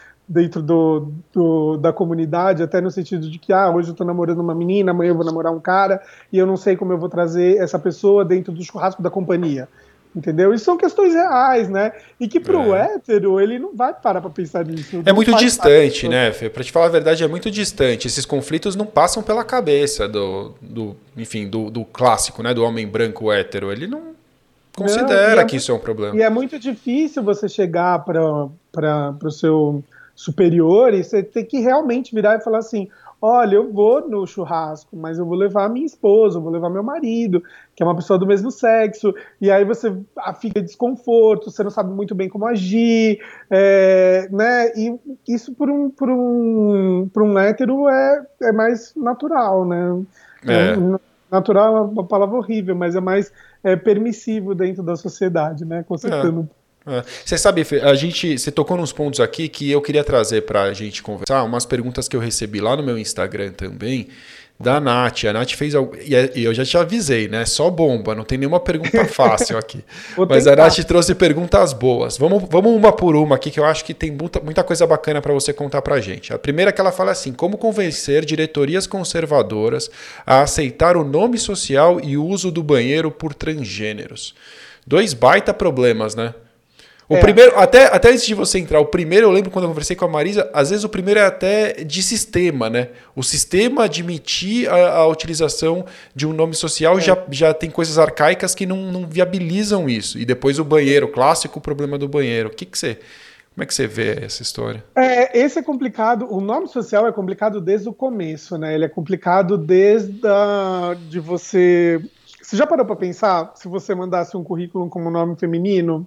Speaker 2: da comunidade, até no sentido de que hoje eu estou namorando uma menina, amanhã eu vou namorar um cara e eu não sei como eu vou trazer essa pessoa dentro do churrasco da companhia. Entendeu? Isso são questões reais, né? E que pro hétero, ele não vai parar pra pensar nisso.
Speaker 1: É muito distante, né, Fê? Pra te falar a verdade, é muito distante. Esses conflitos não passam pela cabeça enfim, do clássico, né? Do homem branco hétero. Ele não considera que isso é um problema.
Speaker 2: E é muito difícil você chegar para o seu superior e você ter que realmente virar e falar assim: olha, eu vou no churrasco, mas eu vou levar a minha esposa, eu vou levar meu marido, que é uma pessoa do mesmo sexo, e aí você fica em desconforto, você não sabe muito bem como agir, né? E isso por um hétero é mais natural, né? Natural é uma palavra horrível, mas é mais permissivo dentro da sociedade, né? Consertando.
Speaker 1: Você sabe, Fê, você tocou nos pontos aqui que eu queria trazer para a gente conversar, umas perguntas que eu recebi lá no meu Instagram também, da Nath. A Nath fez algo, e eu já te avisei, né? Só bomba, não tem nenhuma pergunta fácil aqui. Mas a Nath trouxe perguntas boas. Vamos uma por uma aqui, que eu acho que tem muita coisa bacana para você contar pra gente. A primeira é que ela fala assim: como convencer diretorias conservadoras a aceitar o nome social e o uso do banheiro por transgêneros? 2 baita problemas, né? O primeiro, até antes de você entrar, o primeiro eu lembro quando eu conversei com a Marisa, às vezes o primeiro é até de sistema, né? O sistema admitir a utilização de um nome social já tem coisas arcaicas que não viabilizam isso. E depois o banheiro, o clássico problema do banheiro. Como é que você vê essa história?
Speaker 2: Esse é complicado. O nome social é complicado desde o começo, né? Ele é complicado desde de você Você já parou para pensar se você mandasse um currículo como nome feminino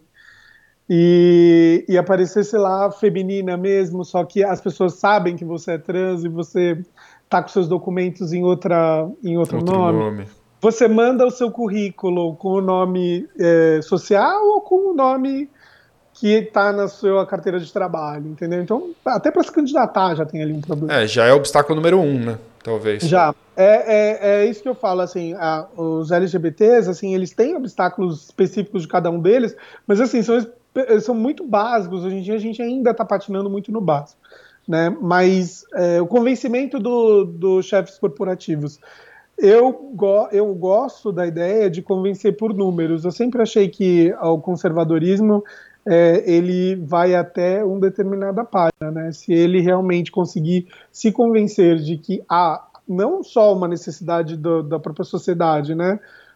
Speaker 2: e aparecesse lá feminina mesmo, só que as pessoas sabem que você é trans e você tá com seus documentos em outro
Speaker 1: Outro
Speaker 2: nome?
Speaker 1: nome.
Speaker 2: Você manda o seu currículo com o nome social ou com o nome que está na sua carteira de trabalho, entendeu? Então, até para se candidatar já tem ali um problema.
Speaker 1: Já é o obstáculo número 1, né? Talvez.
Speaker 2: Já. É isso que eu falo, assim, os LGBTs, assim, eles têm obstáculos específicos de cada um deles, mas, assim, são muito básicos. Hoje em dia a gente ainda está patinando muito no básico, né? Mas o convencimento dos chefes corporativos. Eu gosto da ideia de convencer por números. Eu sempre achei que o conservadorismo ele vai até uma determinada página, né? Se ele realmente conseguir se convencer de que há não só uma necessidade da própria sociedade, né?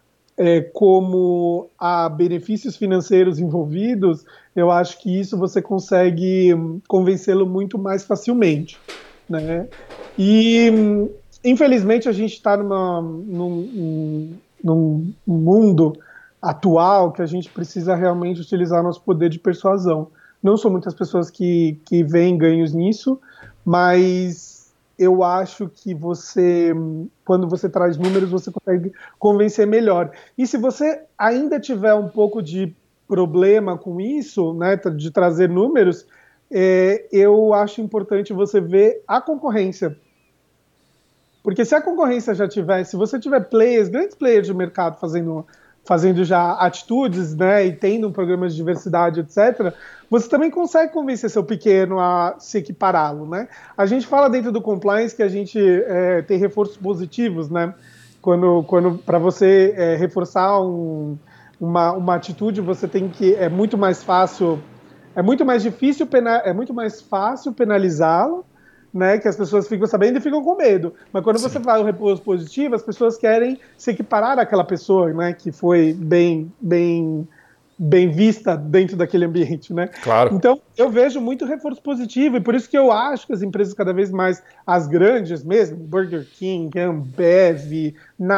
Speaker 2: Como há benefícios financeiros envolvidos, eu acho que isso você consegue convencê-lo muito mais facilmente, né? E infelizmente a gente está num mundo atual que a gente precisa realmente utilizar nosso poder de persuasão. Não são muitas pessoas que veem ganhos nisso, mas eu acho que quando você traz números, você consegue convencer melhor. E se você ainda tiver um pouco de problema com isso, né, de trazer números, eu acho importante você ver a concorrência. Porque se a concorrência já tiver, se você tiver grandes players de mercado fazendo já atitudes, né, e tendo um programa de diversidade, etc., você também consegue convencer seu pequeno a se equipará-lo, né? A gente fala dentro do compliance que a gente tem reforços positivos, né? Quando para você reforçar uma atitude, você tem que é muito mais fácil penalizá-lo, né, que as pessoas ficam sabendo e ficam com medo. Mas quando Sim. Você faz o repouso positivo, as pessoas querem se equiparar àquela pessoa, né, que foi bem vista dentro daquele ambiente, né?
Speaker 1: Claro.
Speaker 2: Então, eu vejo muito reforço positivo e por isso que eu acho que as empresas cada vez mais, as grandes mesmo, Burger King, Ambev,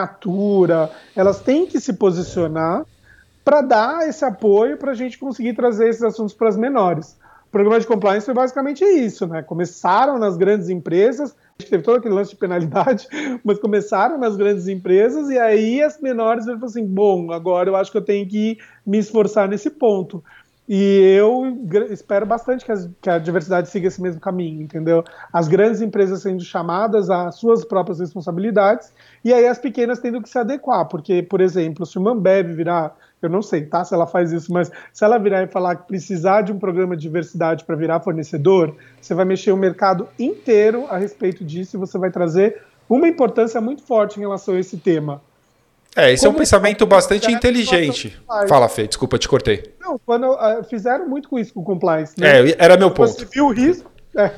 Speaker 2: Natura, elas têm que se posicionar para dar esse apoio para a gente conseguir trazer esses assuntos para as menores. O programa de compliance foi basicamente isso, né? Começaram nas grandes empresas, a gente teve todo aquele lance de penalidade, mas começaram nas grandes empresas e aí as menores falaram assim, bom, agora eu acho que eu tenho que me esforçar nesse ponto. E eu espero bastante que a diversidade siga esse mesmo caminho, entendeu? As grandes empresas sendo chamadas às suas próprias responsabilidades e aí as pequenas tendo que se adequar, porque, por exemplo, se uma Ambev virar, eu não sei, tá, se ela faz isso, mas se ela virar e falar que precisar de um programa de diversidade para virar fornecedor, você vai mexer o mercado inteiro a respeito disso e você vai trazer uma importância muito forte em relação a esse tema.
Speaker 1: Esse é um pensamento bastante inteligente. Fala, Fê, desculpa, te cortei.
Speaker 2: Não, fizeram muito com isso com o compliance, né?
Speaker 1: Era meu ponto.
Speaker 2: Você viu o risco?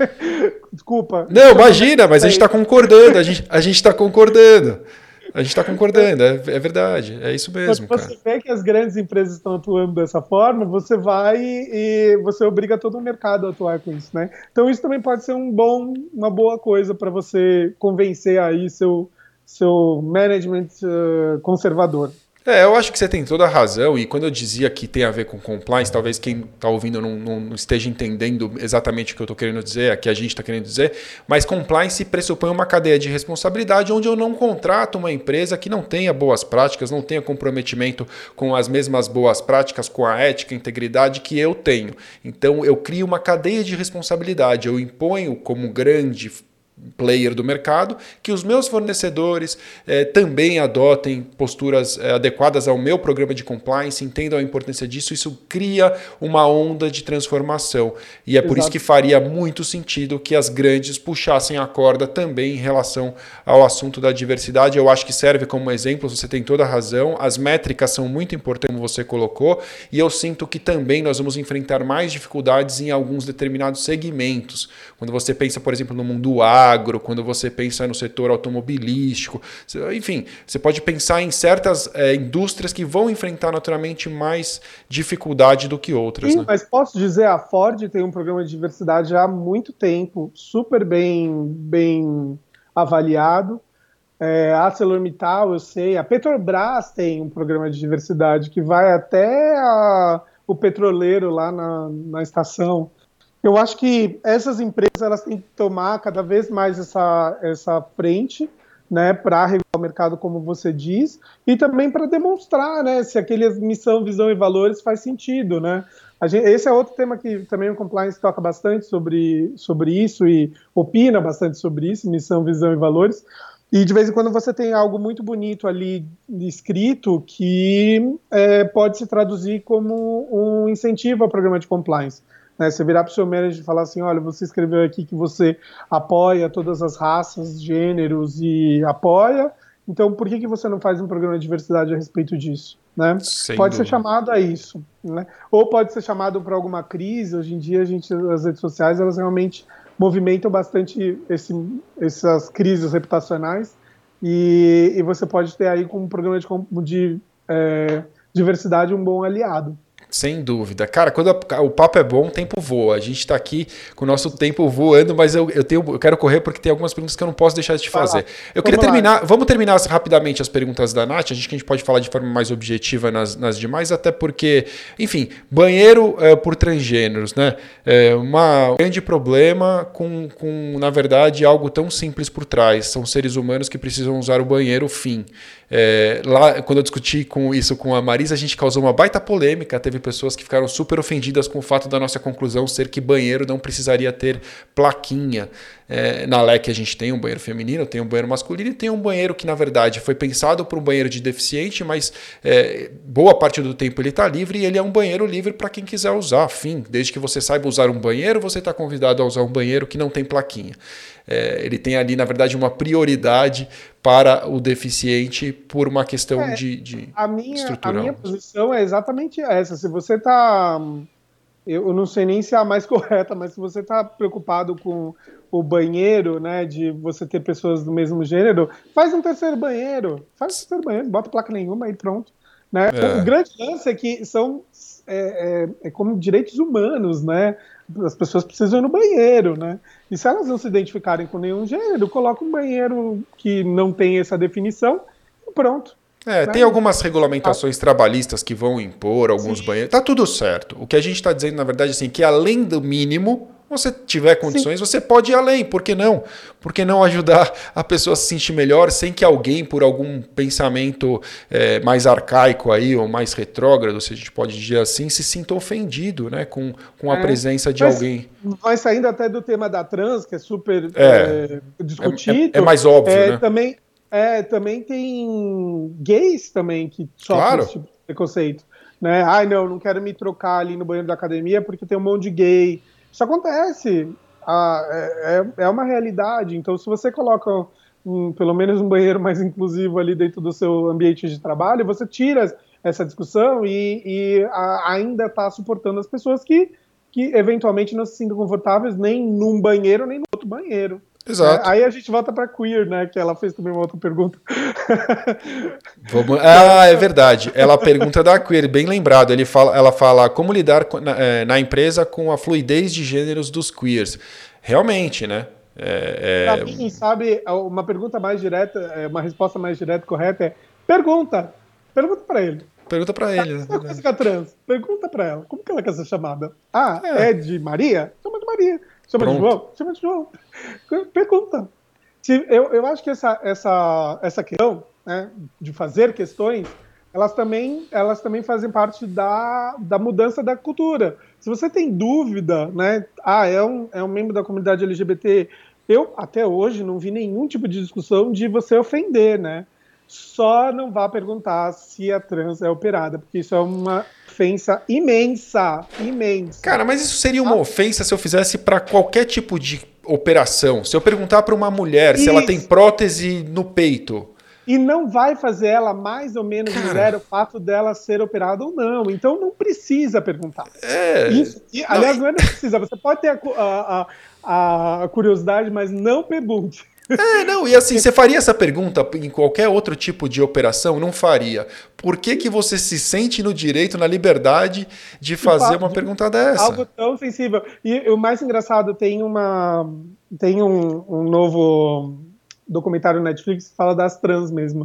Speaker 2: Desculpa.
Speaker 1: Não, imagina, mas a gente está concordando, a gente está concordando. A gente está concordando, é verdade, é isso mesmo.
Speaker 2: Quando você vê que as grandes empresas estão atuando dessa forma, você vai e você obriga todo o mercado a atuar com isso, né? Então isso também pode ser uma boa coisa para você convencer aí seu management conservador.
Speaker 1: Eu acho que você tem toda a razão, e quando eu dizia que tem a ver com compliance, talvez quem está ouvindo não esteja entendendo exatamente o que eu estou querendo dizer, que a gente está querendo dizer, mas compliance pressupõe uma cadeia de responsabilidade onde eu não contrato uma empresa que não tenha boas práticas, não tenha comprometimento com as mesmas boas práticas, com a ética e integridade que eu tenho. Então eu crio uma cadeia de responsabilidade, eu imponho como grande player do mercado, que os meus fornecedores também adotem posturas adequadas ao meu programa de compliance, entendam a importância disso, isso cria uma onda de transformação. E é por isso que faria muito sentido que as grandes puxassem a corda também em relação ao assunto da diversidade. Eu acho que serve como exemplo, você tem toda a razão, as métricas são muito importantes, como você colocou, e eu sinto que também nós vamos enfrentar mais dificuldades em alguns determinados segmentos. Quando você pensa, por exemplo, no mundo agro, quando você pensa no setor automobilístico, enfim, você pode pensar em certas indústrias que vão enfrentar naturalmente mais dificuldade do que outras.
Speaker 2: Sim,
Speaker 1: né?
Speaker 2: Mas posso dizer, a Ford tem um programa de diversidade já há muito tempo, super bem avaliado, ArcelorMittal, eu sei, a Petrobras tem um programa de diversidade que vai até o petroleiro lá na estação. Eu acho que essas empresas elas têm que tomar cada vez mais essa frente, né, para regular o mercado, como você diz, e também para demonstrar, né, se aquele missão, visão e valores faz sentido, né? Esse é outro tema que também o Compliance toca bastante sobre isso e opina bastante sobre isso, missão, visão e valores. E de vez em quando você tem algo muito bonito ali escrito que pode se traduzir como um incentivo ao programa de compliance. Né? Você virar para o seu manager e falar assim, olha, você escreveu aqui que você apoia todas as raças, gêneros e apoia, então por que você não faz um programa de diversidade a respeito disso? Né? Pode ser chamado a isso. Né? Ou pode ser chamado para alguma crise. Hoje em dia, as redes sociais elas realmente movimentam bastante essas crises reputacionais e você pode ter aí como um programa de diversidade um bom aliado.
Speaker 1: Sem dúvida. Cara, quando o papo é bom, o tempo voa. A gente está aqui com o nosso tempo voando, mas eu quero correr porque tem algumas perguntas que eu não posso deixar de te fazer. Eu queria terminar. Vamos terminar rapidamente as perguntas da Nath. A gente pode falar de forma mais objetiva nas demais, até porque, enfim, banheiro por transgêneros, né? É um grande problema com, na verdade, algo tão simples por trás. São seres humanos que precisam usar o banheiro, fim. Lá, quando eu discuti isso com a Marisa, a gente causou uma baita polêmica. Teve pessoas que ficaram super ofendidas com o fato da nossa conclusão ser que banheiro não precisaria ter plaquinha. Na LEC a gente tem um banheiro feminino, tem um banheiro masculino e tem um banheiro que, na verdade, foi pensado para um banheiro de deficiente, mas boa parte do tempo ele está livre e ele é um banheiro livre para quem quiser usar. Fim, desde que você saiba usar um banheiro, você está convidado a usar um banheiro que não tem plaquinha. Ele tem ali, na verdade, uma prioridade para o deficiente por uma questão de estrutural.
Speaker 2: A minha posição é exatamente essa. Se você está... Eu não sei nem se é a mais correta, mas se você está preocupado com o banheiro, né, de você ter pessoas do mesmo gênero, faz um terceiro banheiro. Faz um terceiro banheiro, bota placa nenhuma e pronto. Né? O grande lance é que são como direitos humanos, né? As pessoas precisam ir no banheiro, né? E se elas não se identificarem com nenhum gênero, coloca um banheiro que não tem essa definição e pronto.
Speaker 1: Tem algumas regulamentações trabalhistas que vão impor alguns banheiros. Tá tudo certo. O que a gente está dizendo, na verdade, assim, que além do mínimo, você tiver condições, você pode ir além. Por que não? Por que não ajudar a pessoa a se sentir melhor sem que alguém, por algum pensamento mais arcaico aí, ou mais retrógrado, se a gente pode dizer assim, se sinta ofendido, né, com a presença de alguém.
Speaker 2: Vai saindo até do tema da trans, que é super discutido.
Speaker 1: É mais óbvio, né?
Speaker 2: Também tem gays também que sofrem esse tipo de preconceito. Né? Não quero me trocar ali no banheiro da academia porque tem um monte de gay. Isso acontece. É uma realidade. Então, se você coloca pelo menos um banheiro mais inclusivo ali dentro do seu ambiente de trabalho, você tira essa discussão e ainda está suportando as pessoas que eventualmente não se sentem confortáveis nem num banheiro nem no outro banheiro.
Speaker 1: Exato.
Speaker 2: Aí a gente volta para queer, né? Que ela fez também uma outra pergunta.
Speaker 1: É verdade. Ela pergunta da queer, bem lembrado. Ela fala como lidar na empresa com a fluidez de gêneros dos queers. Realmente, né?
Speaker 2: Pra mim, sabe, uma pergunta mais direta, uma resposta mais direta e correta é pergunta. Pergunta para ele.
Speaker 1: Pergunta para ele.
Speaker 2: Né? Você fica trans. Pergunta para ela. Como que ela quer ser chamada? É de Maria? Chama de Maria. Chama de João? Chama de João. Pergunta. Eu acho que essa questão, né, de fazer questões, elas também fazem parte da mudança da cultura. Se você tem dúvida, né, é um membro da comunidade LGBT, eu até hoje não vi nenhum tipo de discussão de você ofender, né? Só não vá perguntar se a trans é operada, porque isso é uma ofensa imensa.
Speaker 1: Cara, mas isso seria uma ofensa se eu fizesse para qualquer tipo de operação. Se eu perguntar para uma mulher se ela tem prótese no peito.
Speaker 2: E não vai fazer ela mais ou menos mulher o fato dela ser operada ou não. Então não precisa perguntar. Aliás, não precisa. Você pode ter a curiosidade, mas não pergunte.
Speaker 1: E assim, você faria essa pergunta em qualquer outro tipo de operação? Não faria. Por que você se sente no direito, na liberdade de fazer uma pergunta dessa?
Speaker 2: Algo tão sensível. E o mais engraçado, tem um novo documentário Netflix que fala das trans mesmo.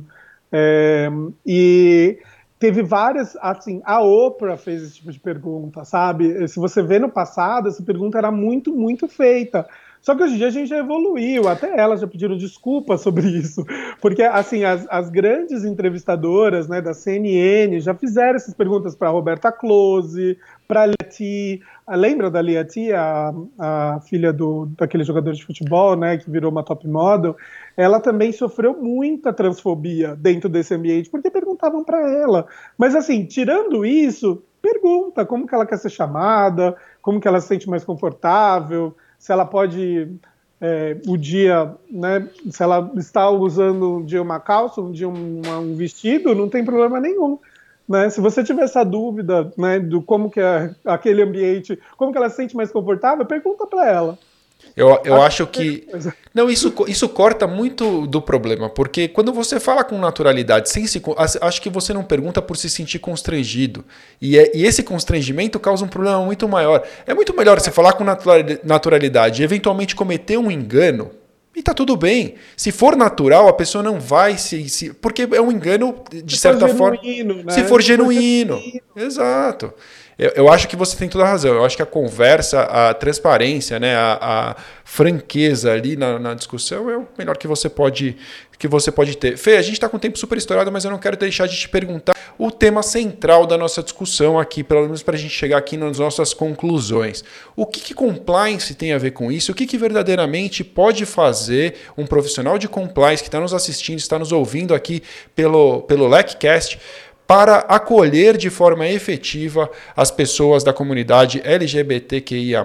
Speaker 2: E teve várias, assim, a Oprah fez esse tipo de pergunta, sabe? Se você vê no passado, essa pergunta era muito, muito feita. Só que hoje em dia a gente já evoluiu, até elas já pediram desculpa sobre isso, porque assim as grandes entrevistadoras, né, da CNN já fizeram essas perguntas para Roberta Close, para Liati, lembra da Liati, a filha daquele jogador de futebol, né, que virou uma top model? Ela também sofreu muita transfobia dentro desse ambiente, porque perguntavam para ela. Mas assim, tirando isso, pergunta como que ela quer ser chamada, como que ela se sente mais confortável, se ela pode, o dia, né, se ela está usando um dia uma calça, um dia um vestido, não tem problema nenhum. Né? Se você tiver essa dúvida, né, do como que é aquele ambiente, como que ela se sente mais confortável, pergunta para ela.
Speaker 1: Eu acho que... Não, isso corta muito do problema, porque quando você fala com naturalidade, acho que você não pergunta por se sentir constrangido. E esse constrangimento causa um problema muito maior. É muito melhor você falar com naturalidade e eventualmente cometer um engano, e tá tudo bem. Se for natural, a pessoa não vai porque é um engano, de certa forma. Né? Se for genuíno. Exato. Eu acho que você tem toda a razão. Eu acho que a conversa, a transparência, né, a franqueza ali na discussão é o melhor que você pode ter. Fê, a gente está com o tempo super estourado, mas eu não quero deixar de te perguntar o tema central da nossa discussão aqui, pelo menos para a gente chegar aqui nas nossas conclusões. O que compliance tem a ver com isso? O que verdadeiramente pode fazer um profissional de compliance que está nos assistindo, está nos ouvindo aqui pelo LecCast, para acolher de forma efetiva as pessoas da comunidade LGBTQIA+.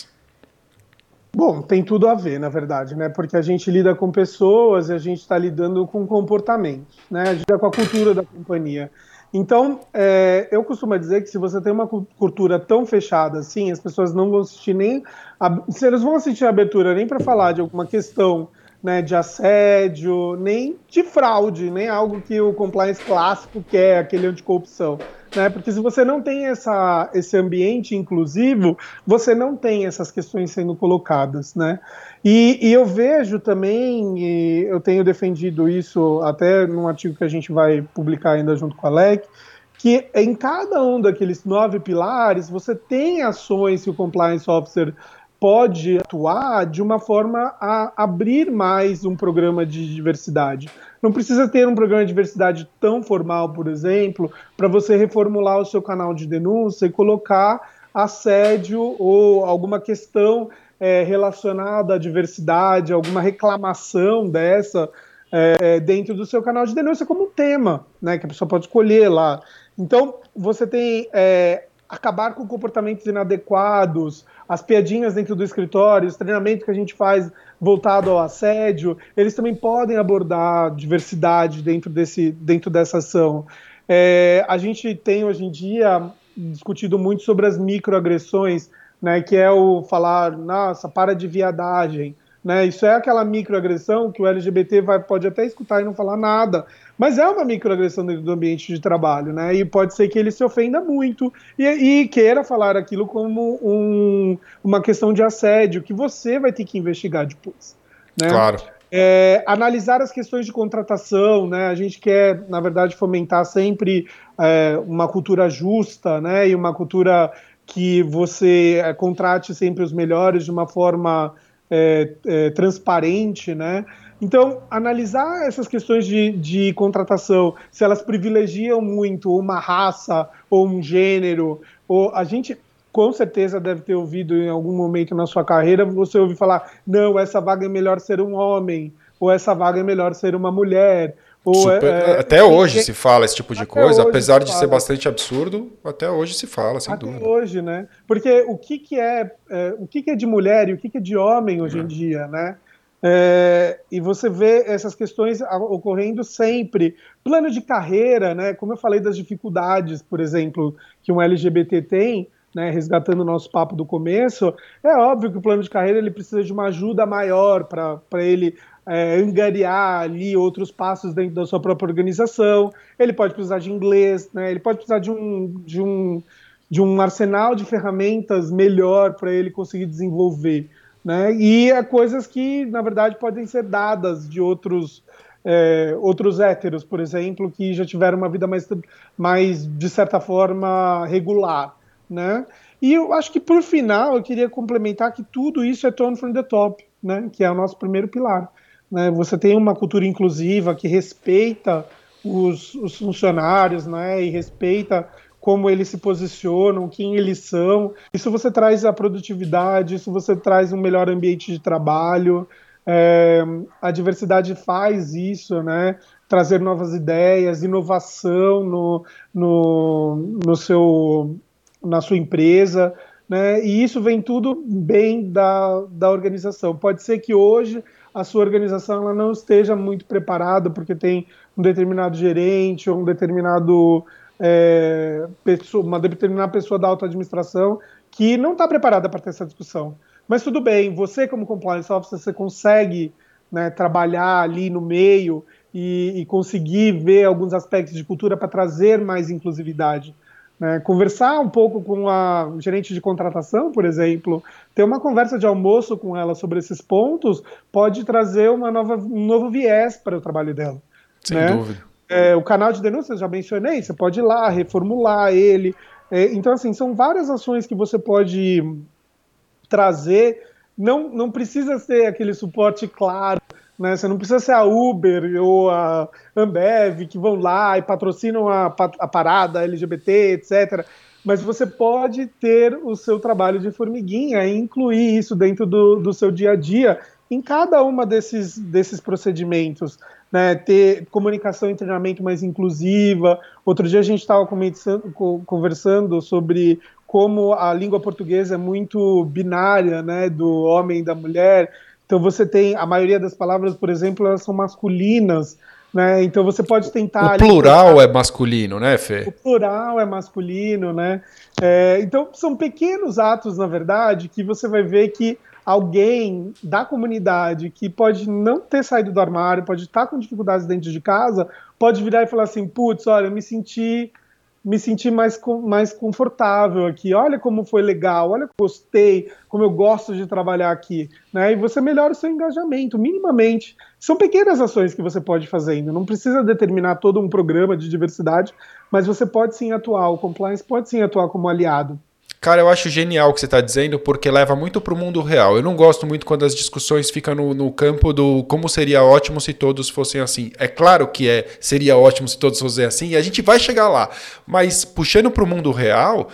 Speaker 2: Bom, tem tudo a ver, na verdade, né? Porque a gente lida com pessoas e a gente está lidando com comportamentos, né? A gente lida com a cultura da companhia. Então, eu costumo dizer que se você tem uma cultura tão fechada assim, as pessoas não vão assistir se eles vão assistir a abertura nem para falar de alguma questão, né, de assédio, nem de fraude, nem algo que o compliance clássico quer, aquele anticorrupção. Né? Porque se você não tem esse ambiente inclusivo, você não tem essas questões sendo colocadas. Né? E eu vejo também, e eu tenho defendido isso até num artigo que a gente vai publicar ainda junto com a LEC, que em cada um daqueles 9 pilares, você tem ações que o Compliance Officer pode atuar de uma forma a abrir mais um programa de diversidade. Não precisa ter um programa de diversidade tão formal, por exemplo, para você reformular o seu canal de denúncia e colocar assédio ou alguma questão relacionada à diversidade, alguma reclamação dessa dentro do seu canal de denúncia como um tema, né, que a pessoa pode escolher lá. Então, você tem acabar com comportamentos inadequados, as piadinhas dentro do escritório, os treinamentos que a gente faz voltado ao assédio, eles também podem abordar diversidade dentro dessa ação. A gente tem, hoje em dia, discutido muito sobre as microagressões, né, que é o falar, nossa, para de viadagem. Né? Isso é aquela microagressão que o LGBT pode até escutar e não falar nada, mas é uma microagressão dentro do ambiente de trabalho, né? E pode ser que ele se ofenda muito e queira falar aquilo como uma questão de assédio que você vai ter que investigar depois. Né?
Speaker 1: Claro.
Speaker 2: Analisar as questões de contratação, né? A gente quer, na verdade, fomentar sempre uma cultura justa, né? E uma cultura que você contrate sempre os melhores de uma forma transparente, né? Então, analisar essas questões de contratação, se elas privilegiam muito uma raça ou um gênero, ou a gente com certeza deve ter ouvido em algum momento na sua carreira, você ouve falar, não, essa vaga é melhor ser um homem, ou essa vaga é melhor ser uma mulher. Ou
Speaker 1: até hoje se fala esse tipo de coisa, apesar de ser bastante absurdo, até hoje se fala, sem dúvida.
Speaker 2: Até hoje, né? Porque o que é de mulher e o que é de homem hoje em dia, né? E você vê essas questões ocorrendo sempre. Plano de carreira, né? Como eu falei das dificuldades, por exemplo, que um LGBT tem, né, resgatando o nosso papo do começo, é óbvio que o plano de carreira ele precisa de uma ajuda maior para ele angariar ali outros passos dentro da sua própria organização. Ele pode precisar de inglês, né, ele pode precisar de um arsenal de ferramentas melhor para ele conseguir desenvolver. né? E coisas que, na verdade, podem ser dadas de outros héteros, por exemplo, que já tiveram uma vida mais de certa forma, regular, né? E eu acho que, por final, eu queria complementar que tudo isso é tone from the top, né? Que é o nosso primeiro pilar, né? Você tem uma cultura inclusiva que respeita os funcionários, né? E respeita como eles se posicionam, quem eles são. Isso você traz a produtividade, isso você traz um melhor ambiente de trabalho. A diversidade faz isso, né? Trazer novas ideias, inovação na sua empresa, né? E isso vem tudo bem da organização. Pode ser que hoje a sua organização ela não esteja muito preparada porque tem um determinado gerente ou uma determinada pessoa da alta administração que não está preparada para ter essa discussão. Mas tudo bem, você como compliance officer, você consegue, né, trabalhar ali no meio e conseguir ver alguns aspectos de cultura para trazer mais inclusividade. Né? Conversar um pouco com a gerente de contratação, por exemplo, ter uma conversa de almoço com ela sobre esses pontos pode trazer um novo viés para o trabalho dela.
Speaker 1: Sem dúvida.
Speaker 2: O canal de denúncia, eu já mencionei, você pode ir lá, reformular ele. Então, assim, são várias ações que você pode trazer. Não precisa ser aquele suporte claro, né? Você não precisa ser a Uber ou a Ambev que vão lá e patrocinam a parada LGBT, etc. Mas você pode ter o seu trabalho de formiguinha e incluir isso dentro do seu dia a dia em cada uma desses procedimentos, né? Ter comunicação e treinamento mais inclusiva. Outro dia a gente estava conversando sobre como a língua portuguesa é muito binária, né? Do homem e da mulher. Então você tem, a maioria das palavras, por exemplo, elas são masculinas, né? Então você pode tentar...
Speaker 1: O plural é masculino, né, Fê?
Speaker 2: O plural é masculino, né? Então são pequenos atos, na verdade, que você vai ver que alguém da comunidade que pode não ter saído do armário, pode estar com dificuldades dentro de casa, pode virar e falar assim, putz, olha, eu me senti mais confortável aqui, olha como foi legal, olha como eu gostei, como eu gosto de trabalhar aqui, né? E você melhora o seu engajamento, minimamente. São pequenas ações que você pode fazer ainda, não precisa determinar todo um programa de diversidade, mas você pode sim atuar, o compliance pode sim atuar como aliado.
Speaker 1: Cara, eu acho genial o que você está dizendo, porque leva muito para o mundo real. Eu não gosto muito quando as discussões ficam no campo do como seria ótimo se todos fossem assim. É claro que seria ótimo se todos fossem assim, e a gente vai chegar lá. Mas puxando para o mundo real...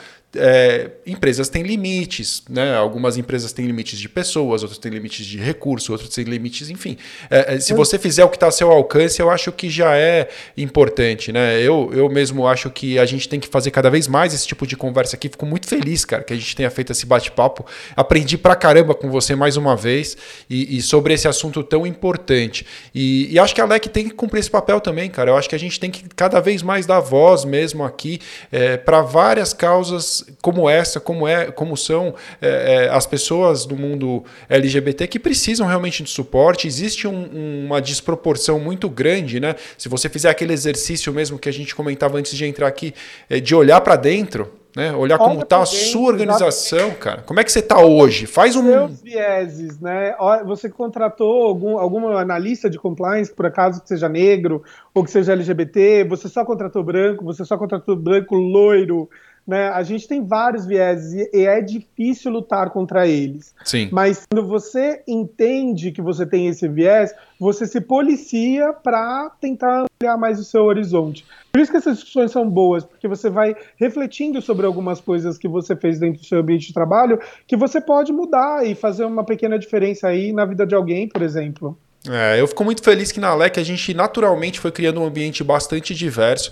Speaker 1: empresas têm limites, né? Algumas empresas têm limites de pessoas, outras têm limites de recursos, outras têm limites, enfim. Se você fizer o que está ao seu alcance, eu acho que já é importante, né? Eu mesmo acho que a gente tem que fazer cada vez mais esse tipo de conversa aqui. Fico muito feliz, cara, que a gente tenha feito esse bate-papo. Aprendi pra caramba com você mais uma vez e sobre esse assunto tão importante. E acho que a LEC tem que cumprir esse papel também, cara. Eu acho que a gente tem que cada vez mais dar voz mesmo aqui para várias causas como essa, como são as pessoas do mundo LGBT que precisam realmente de suporte. Existe uma desproporção muito grande, né? Se você fizer aquele exercício mesmo que a gente comentava antes de entrar aqui, de olhar para dentro, né? Olhar como está a sua organização, exatamente. Cara. Como é que você está hoje? Faz
Speaker 2: seus vieses, né? Você contratou algum analista de compliance, por acaso, que seja negro ou que seja LGBT? Você só contratou branco? Você só contratou branco loiro? Né? A gente tem vários vieses e é difícil lutar contra eles.
Speaker 1: Sim.
Speaker 2: Mas quando você entende que você tem esse viés, você se policia para tentar ampliar mais o seu horizonte. Por isso que essas discussões são boas, porque você vai refletindo sobre algumas coisas que você fez dentro do seu ambiente de trabalho que você pode mudar e fazer uma pequena diferença aí na vida de alguém, por exemplo.
Speaker 1: Eu fico muito feliz que na LEC a gente naturalmente foi criando um ambiente bastante diverso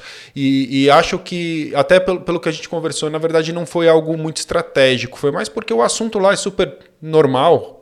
Speaker 1: e acho que, até pelo que a gente conversou, na verdade não foi algo muito estratégico, foi mais porque o assunto lá é super normal,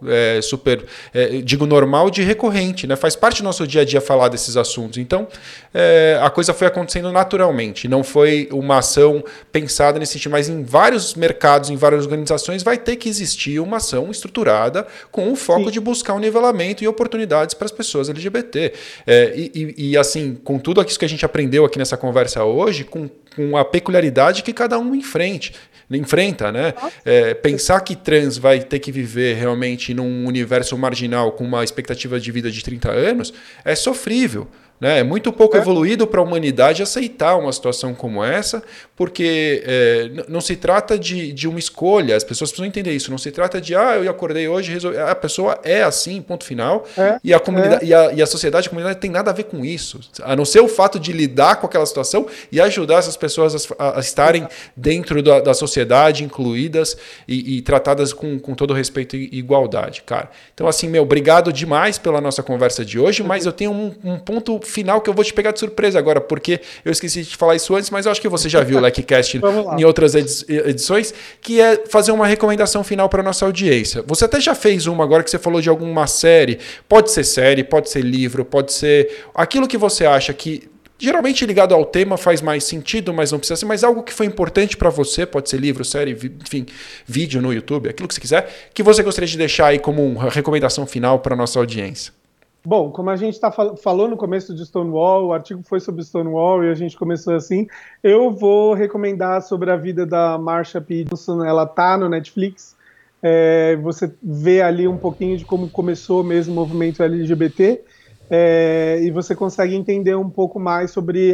Speaker 1: digo normal de recorrente, né? Faz parte do nosso dia a dia falar desses assuntos, então a coisa foi acontecendo naturalmente, não foi uma ação pensada nesse sentido, mas em vários mercados, em várias organizações vai ter que existir uma ação estruturada com o foco de buscar um nivelamento e oportunidades para as pessoas LGBT. E assim, com tudo aquilo que a gente aprendeu aqui nessa conversa hoje, com a peculiaridade que cada um enfrenta, né? Pensar que trans vai ter que viver viver realmente num universo marginal com uma expectativa de vida de 30 anos é sofrível. Né? É muito pouco evoluído para a humanidade aceitar uma situação como essa, porque não se trata de uma escolha, as pessoas precisam entender isso, não se trata de eu acordei hoje, resolvi. A pessoa é assim, ponto final, e a comunidade e a sociedade, a comunidade tem nada a ver com isso, a não ser o fato de lidar com aquela situação e ajudar essas pessoas a estarem dentro da sociedade, incluídas e tratadas com todo respeito e igualdade, cara. Então assim, obrigado demais pela nossa conversa de hoje, mas eu tenho um ponto final que eu vou te pegar de surpresa agora, porque eu esqueci de te falar isso antes, mas eu acho que você já viu o LecCast em outras edições, que é fazer uma recomendação final para nossa audiência. Você até já fez uma agora que você falou de alguma série, pode ser livro, pode ser aquilo que você acha que geralmente ligado ao tema faz mais sentido, mas não precisa ser, mas algo que foi importante para você, pode ser livro, série, enfim, vídeo no YouTube, aquilo que você quiser, que você gostaria de deixar aí como uma recomendação final para nossa audiência.
Speaker 2: Bom, como a gente falou no começo de Stonewall, o artigo foi sobre Stonewall e a gente começou assim, eu vou recomendar sobre a vida da Marsha P. Johnson, ela tá no Netflix, você vê ali um pouquinho de como começou mesmo o movimento LGBT, e você consegue entender um pouco mais sobre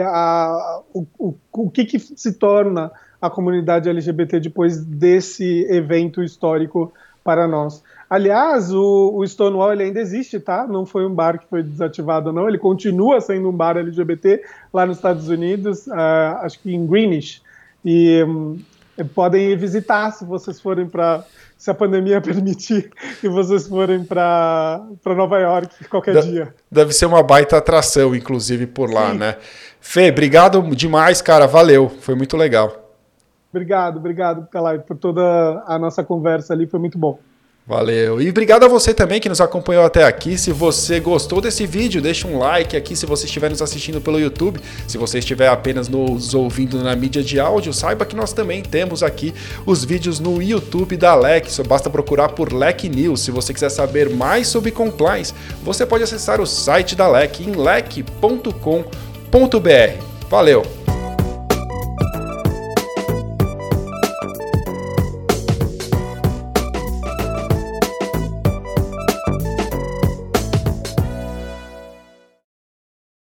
Speaker 2: o que se torna a comunidade LGBT depois desse evento histórico para nós. Aliás, o Stonewall ele ainda existe, tá? Não foi um bar que foi desativado, não. Ele continua sendo um bar LGBT lá nos Estados Unidos, acho que em Greenwich. E podem visitar se vocês forem se a pandemia permitir, e vocês forem para Nova York qualquer dia.
Speaker 1: Deve ser uma baita atração, inclusive, por lá, né? Fê, obrigado demais, cara. Valeu. Foi muito legal.
Speaker 2: Obrigado, Calai, por toda a nossa conversa ali. Foi muito bom.
Speaker 1: Valeu. E obrigado a você também que nos acompanhou até aqui. Se você gostou desse vídeo, deixa um like aqui se você estiver nos assistindo pelo YouTube. Se você estiver apenas nos ouvindo na mídia de áudio, saiba que nós também temos aqui os vídeos no YouTube da LEC. Só basta procurar por LEC News. Se você quiser saber mais sobre compliance, você pode acessar o site da LEC em lec.com.br. Valeu!